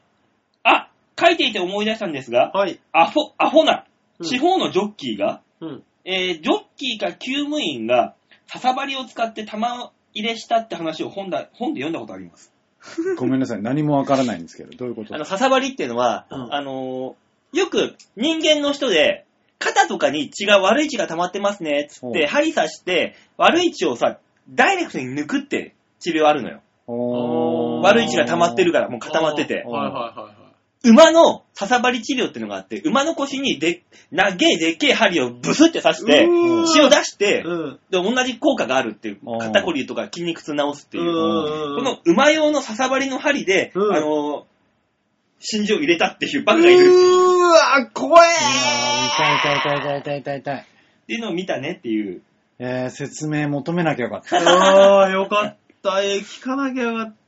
書いていて思い出したんですが、アホな、地方のジョッキーが、ジョッキーか厩務員が、笹針を使って玉入れしたって話を本で読んだことあります。 ごめんなさい、何もわからないんですけど、どういうことですか？ 笹針っていうのは、よく人間の人で、肩とかに悪い血が溜まってますね、つって、針刺して、悪い血をさ、ダイレクトに抜くって治療あるのよ。悪い血が溜まってるから、もう固まってて。馬の笹針治療っていうのがあって、馬の腰に長えでっけえ針をブスって刺して、血を出して、で同じ効果があるっていう、肩こりとか筋肉痛治すっていう。この馬用の笹針の針で、真珠を入れたっていうバカがいる。 怖え痛い。 っていうのを見たねっていう。 説明求めなきゃよかった。 よかった。聞かなきゃよかった。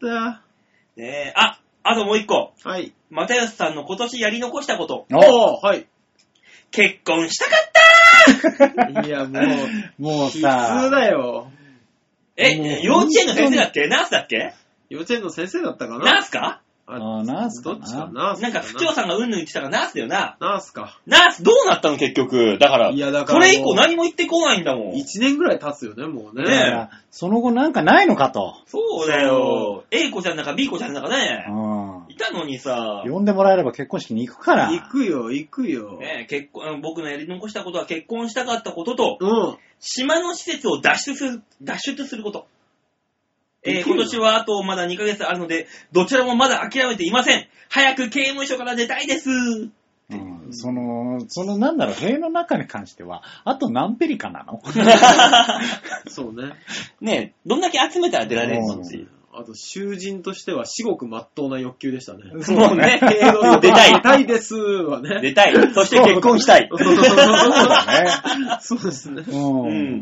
あともう一個。又吉さんの今年やり残したこと。結婚したかったいや、 もうさ。 普通だよ。 幼稚園の先生だっけ？ナースだっけ？ 幼稚園の先生だったかな？ ナースか？ ナースどっちかな？ なんか、副長さんがうんぬん言ってたからナースだよな。 ナースか。 ナースどうなったの結局。だから、それ以降何も言ってこないんだもん。 1年ぐらい経つよね、もうね。その後なんかないのかと。 そうだよ。A 子ちゃんだか B 子ちゃんだかね。いたのにさ。 呼んでもらえれば結婚式に行くから。 行くよ。 ね、僕のやり残したことは結婚したかったことと、島の施設を脱出すること。今年はあとまだ2ヶ月あるので、どちらもまだ諦めていません。早く刑務所から出たいです。 そのなんだろう、塀の中に関しては、あと何ペリカなの？ そうね。 ねえ、どんだけ集めたら出られるのっていう。 あと、囚人としては至極真っ当な欲求でしたね。 そうね。 出たいですわね。 出たい。そして結婚したい。 そうだね。 そうですね。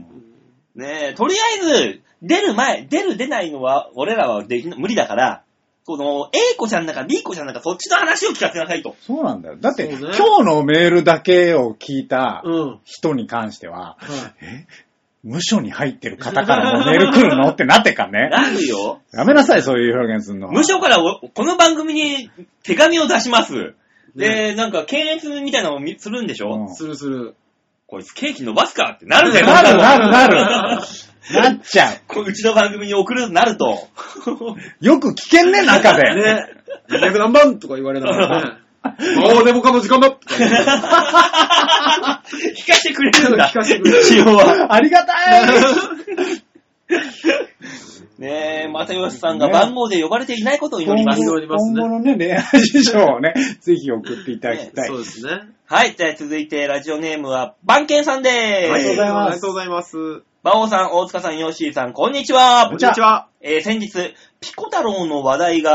ねえ、とりあえず、出ないのは、俺らは無理だから、 この A 子ちゃんだか B 子ちゃんだかそっちの話を聞かせなさいと。 そうなんだよ。だって、 そうね今日のメールだけを聞いた人に関しては、無所に入ってる方からもメール来るのってなってっからね。 なるよ。 やめなさい、そういう表現するのは。 無所からこの番組に手紙を出します。で、なんか検閲みたいなのをするんでしょ、 する。 こいつケーキ伸ばすかってなるぜ。 なる。なっちゃう。 うちの番組に送るとなると。 よく聞けんね、中で。 ね。200何番とか言われながらね。デモ化の時間だとか言って聞かせてくれるんだ。 聞かせてくれる。 一応は。 ありがたい。 ねえ、又吉さんが番号で呼ばれていないことを祈ります。 祈りますね今後のね、恋愛事情をね、ぜひ送っていただきたい。 そうですね。 はい、じゃあ続いてラジオネームは番犬さんでーす。 ありがとうございます。 ありがとうございます。 馬王さん、大塚さん、ヨッシーさん、こんにちは。 こんにちは。 先日、ピコ太郎の話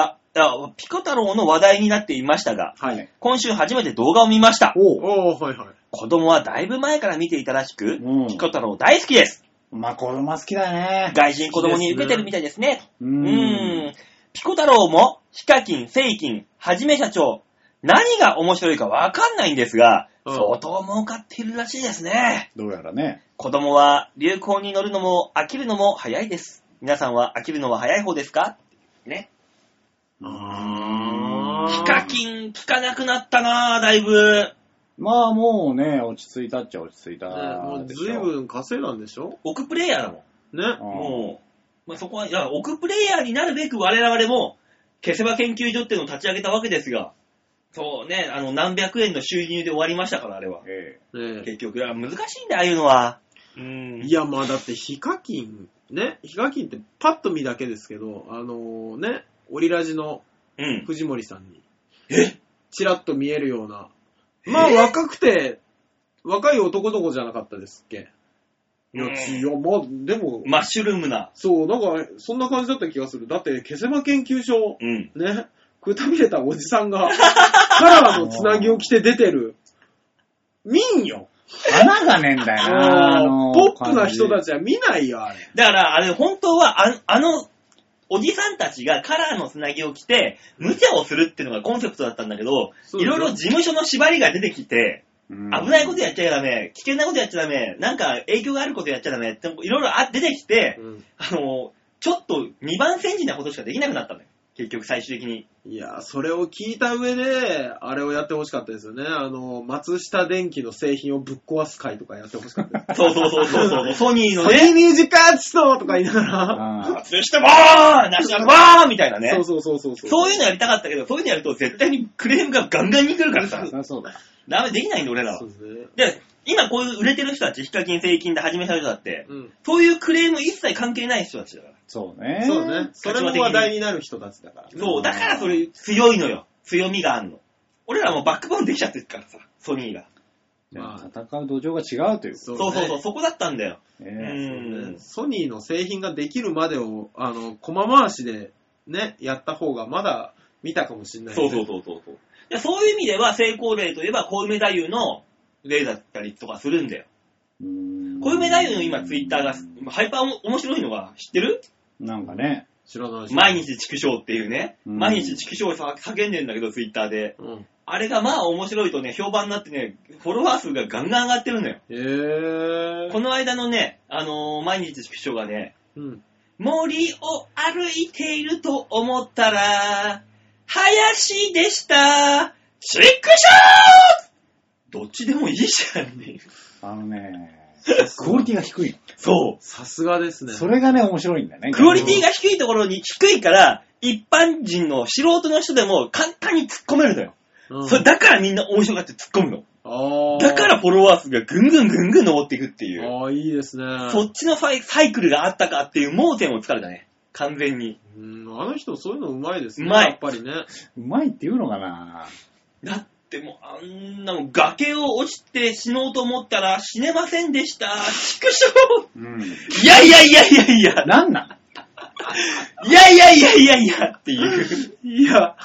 題になっていましたが、 はい。 今週初めて動画を見ました。 はいはい。 子供はだいぶ前から見ていたらしく、ピコ太郎大好きです。 まあ、子供は好きだね。 外人子供に受けてるみたいですね。 ピコ太郎も、ヒカキン、セイキン、はじめ社長、何が面白いかわかんないんですが、相当儲かっているらしいですね。 どうやらね。 子供は流行に乗るのも飽きるのも早いです。皆さんは飽きるのは早い方ですかね。ヒカキン聞かなくなったなぁ、だいぶ。 まあもうね、落ち着いたっちゃ落ち着いた。 もう随分稼いだんでしょ？ 億プレイヤーだもん。 ね。 もう、まあ、そこは、いや、億プレイヤーになるべく我々も、消せば研究所っていうのを立ち上げたわけですが、そうね、何百円の収入で終わりましたから、あれは。結局、難しいんだ、ああいうのは。 いや、まあだってヒカキンってパッと見だけですけど、オリラジの藤森さんに、チラッと見えるような、まあ若い男の子じゃなかったですっけ？いや、まあ、でも、 マッシュルームな。 そう、なんか、そんな感じだった気がする。だって、消せば研究所、ね、くたびれたおじさんが、カラーのつなぎを着て出てる。見んよ。 花がねえんだよな。 ポップな人たちは見ないよ、あれ。 だから、あれ、本当は、おじさんたちがカラーのつなぎを着て、無茶をするっていうのがコンセプトだったんだけど、いろいろ事務所の縛りが出てきて、危ないことやっちゃダメ、危険なことやっちゃダメ、なんか影響があることやっちゃダメって、いろいろ出てきて、ちょっと2番煎じなことしかできなくなったのよ。結局最終的に。 いや、それを聞いた上で、あれをやってほしかったですよね。松下電器の製品をぶっ壊す会とかやってほしかったです。 そう。ソニーのね。 ソニーミュージックアーティストとか言いながら。 そしてバーンナショナルバーンみたいなね。 そう。 そういうのやりたかったけど、そういうのやると絶対にクレームがガンガンに来るからさ。 そうだ。 ダメできないんだ俺らは。 そうですね。 で、今こういう売れてる人たち、ヒカキン、セイキンで始めた人だって、そういうクレーム一切関係ない人たちだから。 そうね。 それも話題になる人たちだから。 そう、だからそれ強いのよ。強みがあんの。俺らもバックボーンできちゃってるからさ、ソニーが。 まあ、戦う土壌が違うという。 そう、そこだったんだよ。 ソニーの製品ができるまでを、駒回しでね、やった方がまだ見たかもしれない、ね。そう。 そういう意味では成功例といえば、小梅太夫の例だったりとかするんだよ。小梅太夫の今ツイッターが、ハイパー面白いのが知ってる？ なんかね。 知らない。 毎日畜生っていうね。毎日畜生を叫んでんだけど、ツイッターで。あれがまあ面白いとね、評判になってね、フォロワー数がガンガン上がってるのよ。この間のね、毎日畜生がね、森を歩いていると思ったら、林でした。チックショー！どっちでもいいじゃんね。 クオリティが低い。 そう。 さすがですね。 それがね、面白いんだよね。 クオリティが低いところに低いから、一般人の素人の人でも簡単に突っ込めるのよ。それだからみんな面白がって突っ込むの。だからフォロワー数がぐんぐん登っていくっていう。 いいですね。 そっちのサイクルがあったかっていう盲点を突かれたね。完全に。 あの人そういうのうまいですね。 うまい。 やっぱりね。 うまいっていうのかな。 だってもうあんなの崖を落ちて死のうと思ったら死ねませんでした。畜生、いや。 なんなんいやっていう。 いや、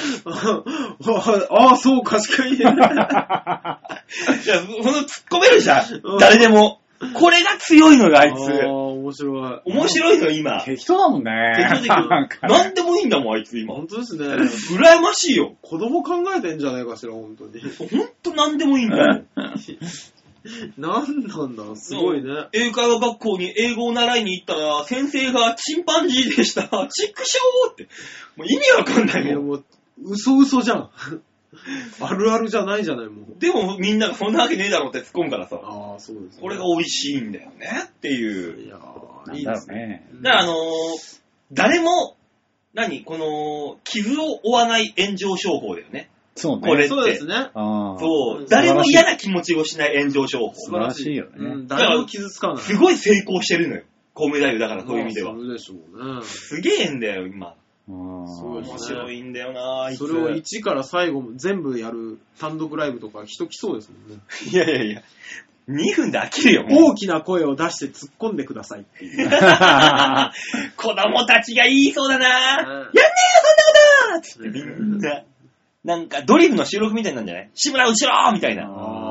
そう賢いね。いや、 その突っ込めるじゃん。誰でも。これが強いのよ、あいつ。 面面白い。 面白いの今。 適当だもんね。 適当だけど。なんでもいいんだもん、あいつ今。 本当ですね。 羨ましいよ。 子供考えてんじゃないかしら、本当に。 ほんとなんでもいいんだよ。 なんなんだ、すごいね。 英会話学校に英語を習いに行ったら、先生がチンパンジーでした。チックショーって。もう意味わかんないいや、 もん。 もう、嘘じゃん。あるあるじゃないじゃない、もう。 でもみんながそんなわけねえだろうって突っ込むからさ。 ああ、そうですね。 これが美味しいんだよねっていう。 いやなんいいですね。 だろうね。 だから誰も、この、傷を負わない炎上商法だよね。 そうね。 これそうですね。 ああ。 そう。誰も嫌な気持ちをしない炎上商法。 素晴らしいよね。 誰も傷つかない。 すごい成功してるのよ。コウメ太夫だからそういう意味では。 そうでしょうね。 すげえんだよ、今。 そうですね面白いんだよな、あいつ。 それを1から最後全部やる単独ライブとか人来そうですもんね。 いやいやいや。2分で飽きるよ、もう。 大きな声を出して突っ込んでくださいっていう。 子供たちが言いそうだな。やんねえよ、そんなことつってみんな。なんかドリルの収録みたいなんじゃない？志村後ろみたいな。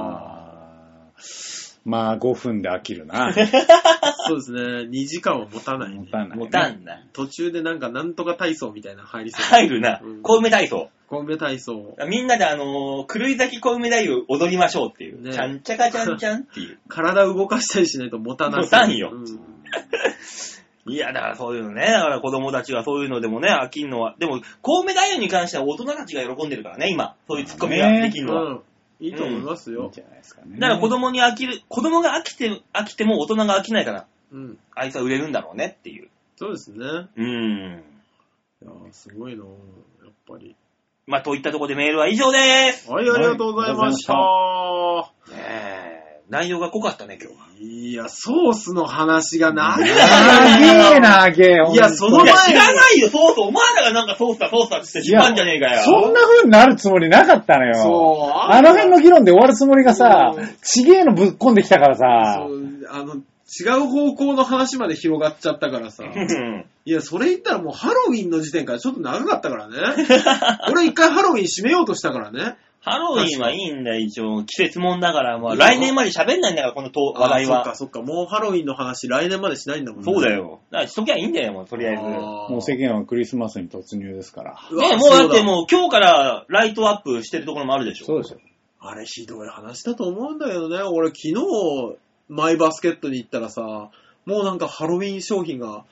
まあ5分で飽きるな。 そうですね。2時間は持たない、ね。 持たない、ね。 持たんな。 途中でなんとか体操みたいなの入りそう。 入るな。小梅体操。 小梅体操。 みんなで狂い咲き小梅太夫踊りましょうっていう。 ね、 ちゃんちゃかちゃんちゃんっていう。 体動かしたりしないと持たない。 持たんよ。いや、だからそういうのね。だから子供たちがそういうのでもね、飽きんのは。でも、小梅太夫に関しては大人たちが喜んでるからね、今。そういうツッコミができるのは。 いいと思いますよ。 いいんじゃないですかね。 だから子供が飽きても大人が飽きないから、あいつは売れるんだろうねっていう。 そうですね。 いやすごいなやっぱり。 まあ、といったところでメールは以上です。 はい、ありがとうございました。 内容が濃かったね、今日は。 いや、ソースの話が長い。 長え。 いや、その前に。 知らないよ、ソース。お前らがなんかソースだって知ったんじゃねえかよ。 そんな風になるつもりなかったのよ。 そう。 あの辺の議論で終わるつもりがさ、ちげえのぶっ込んできたからさ。 そう違う方向の話まで広がっちゃったからさ。いや、それ言ったらもうハロウィンの時点からちょっと長かったからね。俺一回ハロウィン締めようとしたからね。 ハロウィンはいいんだよ、一応。季節もんだから、まあ、来年まで喋んないんだから、この話題は。 そっか。もうハロウィンの話来年までしないんだもんね。 そうだよ。だからしときゃいいんだよ、もう、とりあえず。 もう世間はクリスマスに突入ですから。 ね、もうだってもう今日からライトアップしてるところもあるでしょ。 そうですよ。 あれひどい話だと思うんだけどね。俺昨日、マイバスケットに行ったらさ、もうなんかハロウィン商品が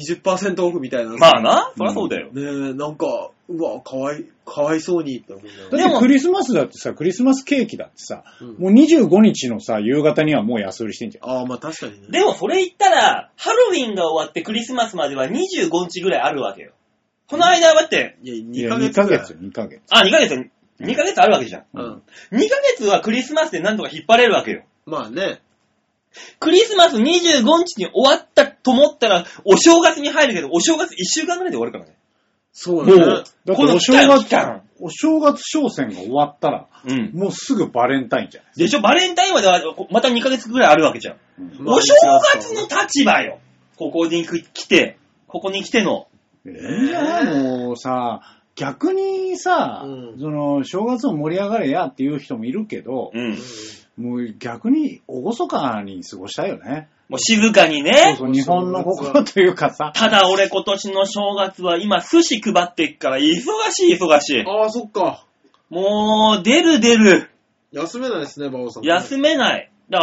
20% オフみたいな。 まあな、そりゃそうだよ。 ねえ、なんか、うわ、かわいそうにって思うんだよ。 だってクリスマスだってさ、クリスマスケーキだってさ、もう25日のさ、夕方にはもう安売りしてんじゃん。 ああ、まあ確かにね。 でもそれ言ったら、ハロウィンが終わってクリスマスまでは25日ぐらいあるわけよ。この間はだって、 いや、2ヶ月。 2ヶ月。 あ、2ヶ月。2ヶ月あるわけじゃん。 うん。 2ヶ月はクリスマスでなんとか引っ張れるわけよ。 まあね。 クリスマス25日に終わったと思ったら、お正月に入るけど、お正月1週間ぐらいで終わるからね。 そうだね。 だってお正月商戦が終わったら、もうすぐバレンタインじゃないでしょ、バレンタインまではまた2ヶ月ぐらいあるわけじゃん。お正月の立場よ。ここに来ての。 いいんじゃないもうさ、逆にさ、その、正月を盛り上がれやっていう人もいるけど、もう逆に厳かに過ごしたいよね。 もう静かにね。 そう、日本の心というかさ。 ただ俺今年の正月は今寿司配ってっから忙しい。 ああ、そっか。 もう、出る。 休めないですね、馬王さん。 休めない。だから、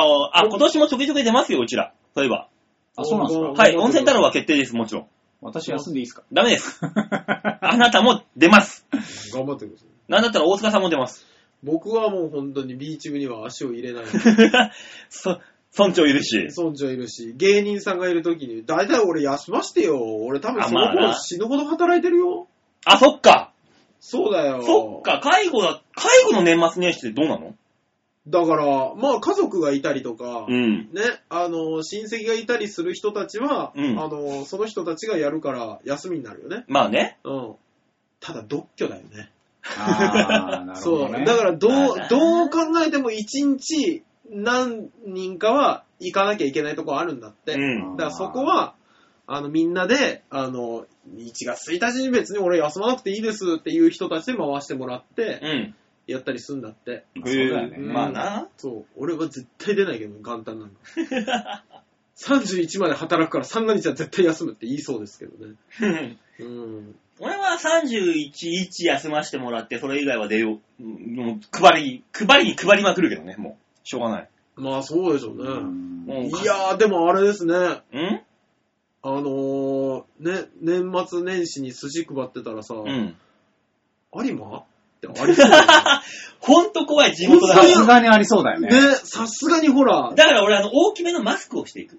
今年もちょきちょき出ますよ、うちら。そういえば。 あ、そうなんですか？ はい、温泉太郎は決定です、もちろん。 私休んでいいですか？ ダメです。あなたも出ます。 頑張ってください。 なんだったら大塚さんも出ます。 僕はもう本当にビーチ部には足を入れない。 村長いるし。 村長いるし、芸人さんがいるときに、だいたい俺休ましてよ。俺多分その頃死ぬほど働いてるよ。 あ、そっか。 そうだよ。 そっか、介護の年末年始ってどうなの？ だから、まあ家族がいたりとか、 ね、 親戚がいたりする人たちは、その人たちがやるから休みになるよね。 まあね。 ただ独居だよね。 ああ、なるほど、ね。 そう。だからどう考えても一日何人かは行かなきゃいけないとこあるんだって。だからそこは、みんなで、1月1日に別に俺休まなくていいですっていう人たちで回してもらって、やったりするんだって。 そうだよね。 まあな。 そう。俺は絶対出ないけど、元旦なんか。 31まで働くから三が日は絶対休むって言いそうですけどね。 俺は31日休ませてもらって、それ以外は出よう。もう配りに配りまくるけどね、もう。しょうがない。 まあそうでしょうね。いやー、でもあれですね。 ね、 年末年始に寿司配ってたらさ、有馬ってありそう。 ほんと怖い、地元だから。 さすがにありそうだよね。 ね、さすがにほら。 だから俺大きめのマスクをしていく。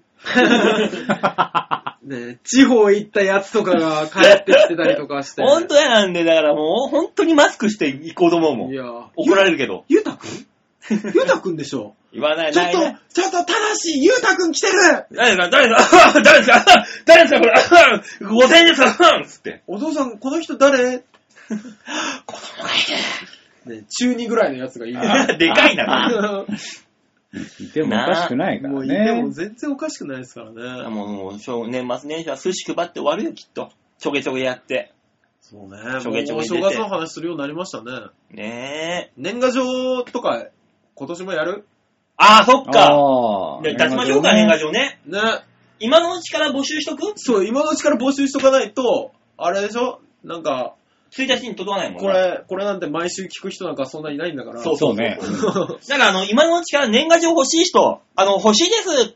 ね、地方行ったやつとかが帰ってきてたりとかして。 ほんと嫌なんで、だからもう、ほんとにマスクして行こうと思うもん。いや怒られるけど。 ゆうたくんゆうたくんでしょ。 言わない、 ちょっと、正しい、ゆうたくん来てる。 誰ですかこれ5000円ですかつって。 お父さん、この人誰子供がいる。ね、中2ぐらいのやつがいる。 でかいな。 いてもおかしくないからね。 もういても全然おかしくないですからね。 もう、年末年始は寿司配って終わるよ、きっと。ちょげちょげやって。 そうね。もうお正月の話するようになりましたね。 ねえ。 年賀状とか、今年もやる？ ああ、そっか。じゃあ出しましょうか、年賀状ね。 ね。 今のうちから募集しとく？ そう、今のうちから募集しとかないと、あれでしょ？なんか、 1日に届かないもんね。これなんて毎週聞く人なんかそんなにいないんだから。 そうね。 だから今のうちから年賀状欲しい人、欲しいですって、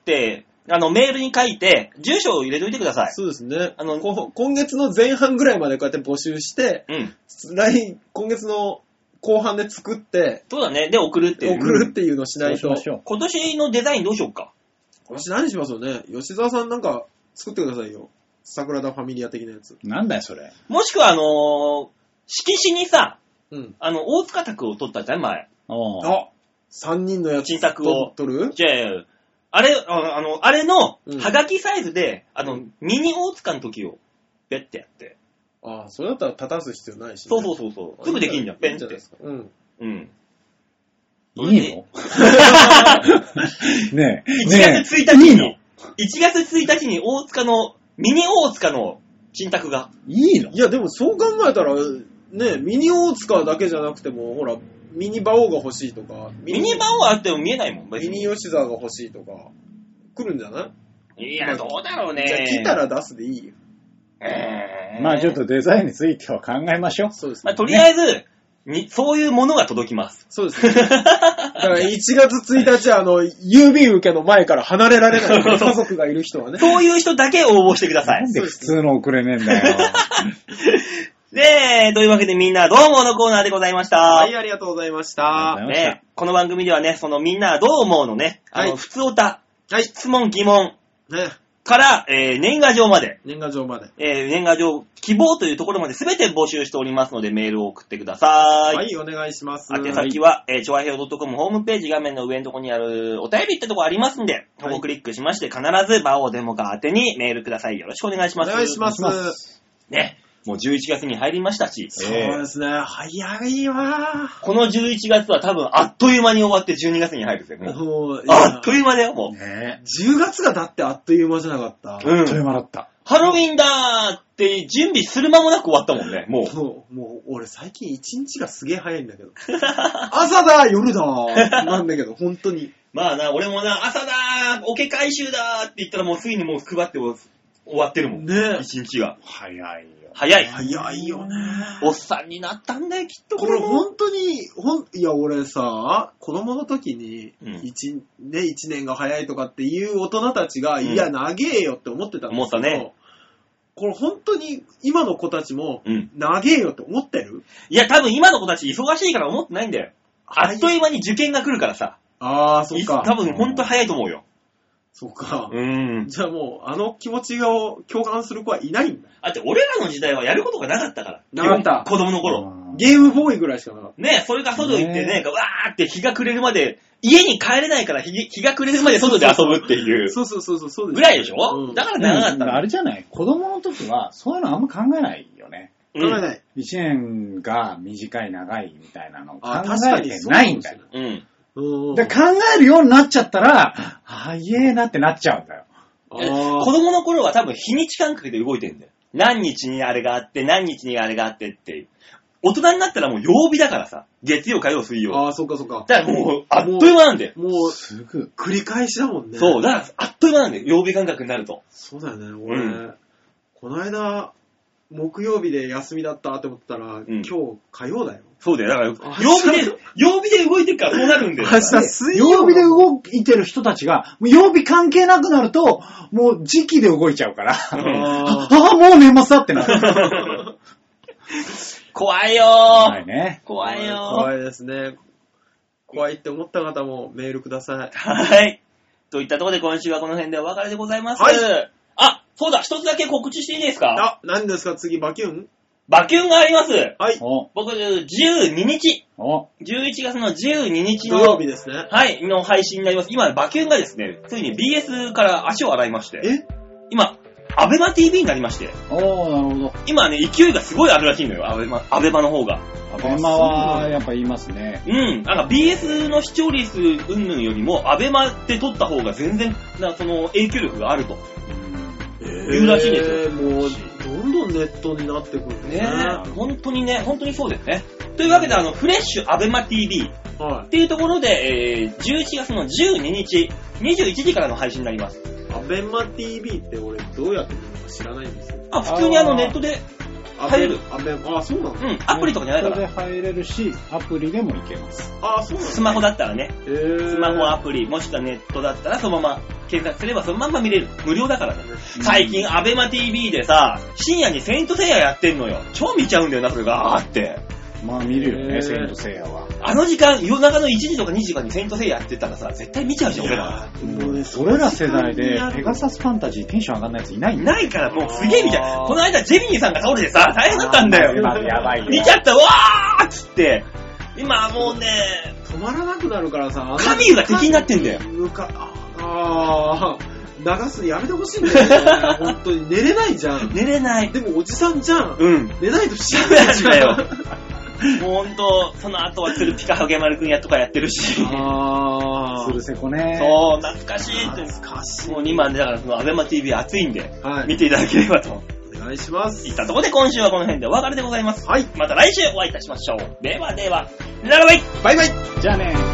メールに書いて、住所を入れといてください。 そうですね。今月の前半ぐらいまでこうやって募集して、今月の後半で作って、 そうだね。で、送るっていうのをしないと。 今年のデザインどうしようか。 今年何しますよね。吉沢さんなんか作ってくださいよ。桜田ファミリア的なやつ。 なんだよ、それ。 もしくは色紙にさ、大塚拓を取ったじゃん、前。 3人のやつ。 新作を。 取る？ じゃあ、あれの、はがきサイズで、ミニ大塚の時を、ペッてやって。 ああ、それだったら立たす必要ないし、 ね。そう。すぐできんじゃん、ペンって。 いいのねえ。 1月1日に、1月1日に大塚の、ミニ大塚の新宅が。 いいの？ いや、でもそう考えたら、ね、ミニ大塚だけじゃなくても、ほら、ミニ馬王が欲しいとか。 ミニ馬王あっても見えないもん、 ミニ吉沢が欲しいとか。来るんじゃない？ いや、どうだろうね。 じゃあ来たら出すでいいよ。 まあちょっとデザインについては考えましょう。 そうですね。 まあ、とりあえず、そういうものが届きます。 そうですね。だから1月1日郵便受けの前から離れられない家族がいる人はね。 そういう人だけ応募してください。 なんで普通の送れねえんだよ。 で、というわけでみんなどうものコーナーでございました。 はい、ありがとうございました。 ね、この番組ではね、そのみんなどう思うのね、普通歌、質問疑問、から、年賀状まで。 年賀状、 希望というところまで全て募集しておりますので、メールを送ってください。 はい、お願いします。 宛先は、ちょわへお .com ホームページ画面の上のところにあるお便りってとこありますんで、そこをクリックしまして、必ず場をデモか宛てにメールください。よろしくお願いします。 お願いします。 ね。もう11月に入りましたし。 そうですね。早いわ。 この11月は多分あっという間に終わって12月に入るぜ。もうあっという間だよ、もう。 ね、10月がだってあっという間じゃなかった。 あっという間だった。 ハロウィンだーって準備する間もなく終わったもんね、もう。 もう俺最近1日がすげえ早いんだけど。朝だ夜だなんだけど、本当に。 まあな、俺もな、朝だーオケ回収だーって言ったらもうすぐにもう配って終わってるもん。ね。一日が。 早いよ。 早いよね。 おっさんになったんだよ、きっとこれ本当に、いや俺さ、子供の時に、1年が早いとかっていう大人たちが、いや、長えよって思ってたんですけど、 思ったね。 これ本当に今の子たちも、長えよって思ってる？ いや、多分今の子たち忙しいから思ってないんだよ。あっという間に受験が来るからさ。 ああ、そっか。 多分本当早いと思うよ。 そっか。じゃあもう、気持ちを共感する子はいないんだ。 だって俺らの時代はやることがなかったから。 なかった。 子供の頃。 ゲームボーイぐらいしかなかった。 ね、それか外行ってね、わーって日が暮れるまで、家に帰れないから日が暮れるまで外で遊ぶっていう。 そうぐらいでしょ、だから長かった。 あれじゃない、子供の時はそういうのあんま考えないよね。 考えない。 1年が短い長いみたいなの考えてなないんだよ。で考えるようになっちゃったら、早えなってなっちゃうんだよ。 子供の頃は多分日にち感覚で動いてるんだよ。何日にあれがあって、何日にあれがあってっていう。 大人になったらもう曜日だからさ。月曜、火曜、水曜。 ああ、そっかそっか。 だからもう、あっという間なんで。 もう、すぐ、繰り返しだもんね。 そう、だからあっという間なんで、曜日感覚になると。 そうだよね、俺、この間、木曜日で休みだったって思ったら、今日火曜だよ。 そうだよ。だから、曜日で動いてるからそうなるんだよ。 明日水曜。曜日で動いてる人たちが、もう曜日関係なくなると、もう時期で動いちゃうから。ああ、もう年末だってなる。 怖いよー。 怖いね。 怖いよー。 怖いですね。怖いって思った方もメールください。 はい。といったところで今週はこの辺でお別れでございます。はい。あ、そうだ、一つだけ告知していいですか？ あ、何ですか次、バキュン？ バキュンがあります。 はい。 僕、12日。11月の12日の。 土曜日ですね。 はい、の配信になります。今、バキュンがですね、ついに BS から足を洗いまして。今、アベマ TV になりまして。 なるほど。 今ね、勢いがすごいあるらしいのよ、アベマの方が。 アベマは、やっぱ言いますね。 なんか BS の視聴率云々よりも、アベマで撮った方が全然、その影響力があると。いうらしいんですよ。 もう、どんどんネットになってくるね。 本当にそうですね。というわけで、フレッシュアベマ TV っていうところで、11月の12日、21時からの配信になります。 アベマ TV って俺どうやって見るのか知らないんですよ。 あ、普通にネットで入れる。 あ、そうなの？ アプリとかじゃないから。 ネットで入れるし、アプリでもいけます。 あ、そうなの？ スマホだったらね。スマホアプリ、もしくはネットだったらそのまま検索すればそのまま見れる。無料だからね。最近アベマ TV でさ、深夜にセイントセイヤやってんのよ。超見ちゃうんだよな、それがーって。 まあ見るよね、セイントセイヤは。 あの時間、夜中の1時とか2時とかにセイントセイヤやってたらさ、絶対見ちゃうじゃん、俺ら。 俺ら世代でペガサスファンタジーテンション上がんないやついないんだよ。 ないからもうすげえ見ちゃう。この間ジェミニーさんが倒れてさ、大変だったんだよ。 やばいよ。 見ちゃった、わーっつって。今もうね、 止まらなくなるからさ、 カミューが敵になってんだよ。 流すのやめてほしいんだよね。本当に寝れないじゃん。 寝れない。 でもおじさんじゃん。寝ないと死ぬんだよ。もうほんと、その後はツルピカハゲマルくんやとかやってるし。 スルセコね。 そう、懐かしいって。懐かしい。もう今、だからそのアベマ TV 熱いんで、見ていただければと。 お願いします。 いったところで今週はこの辺でお別れでございます。 はい。 また来週お会いいたしましょう。ではでは、ララバイ！ バイバイ！ じゃあね。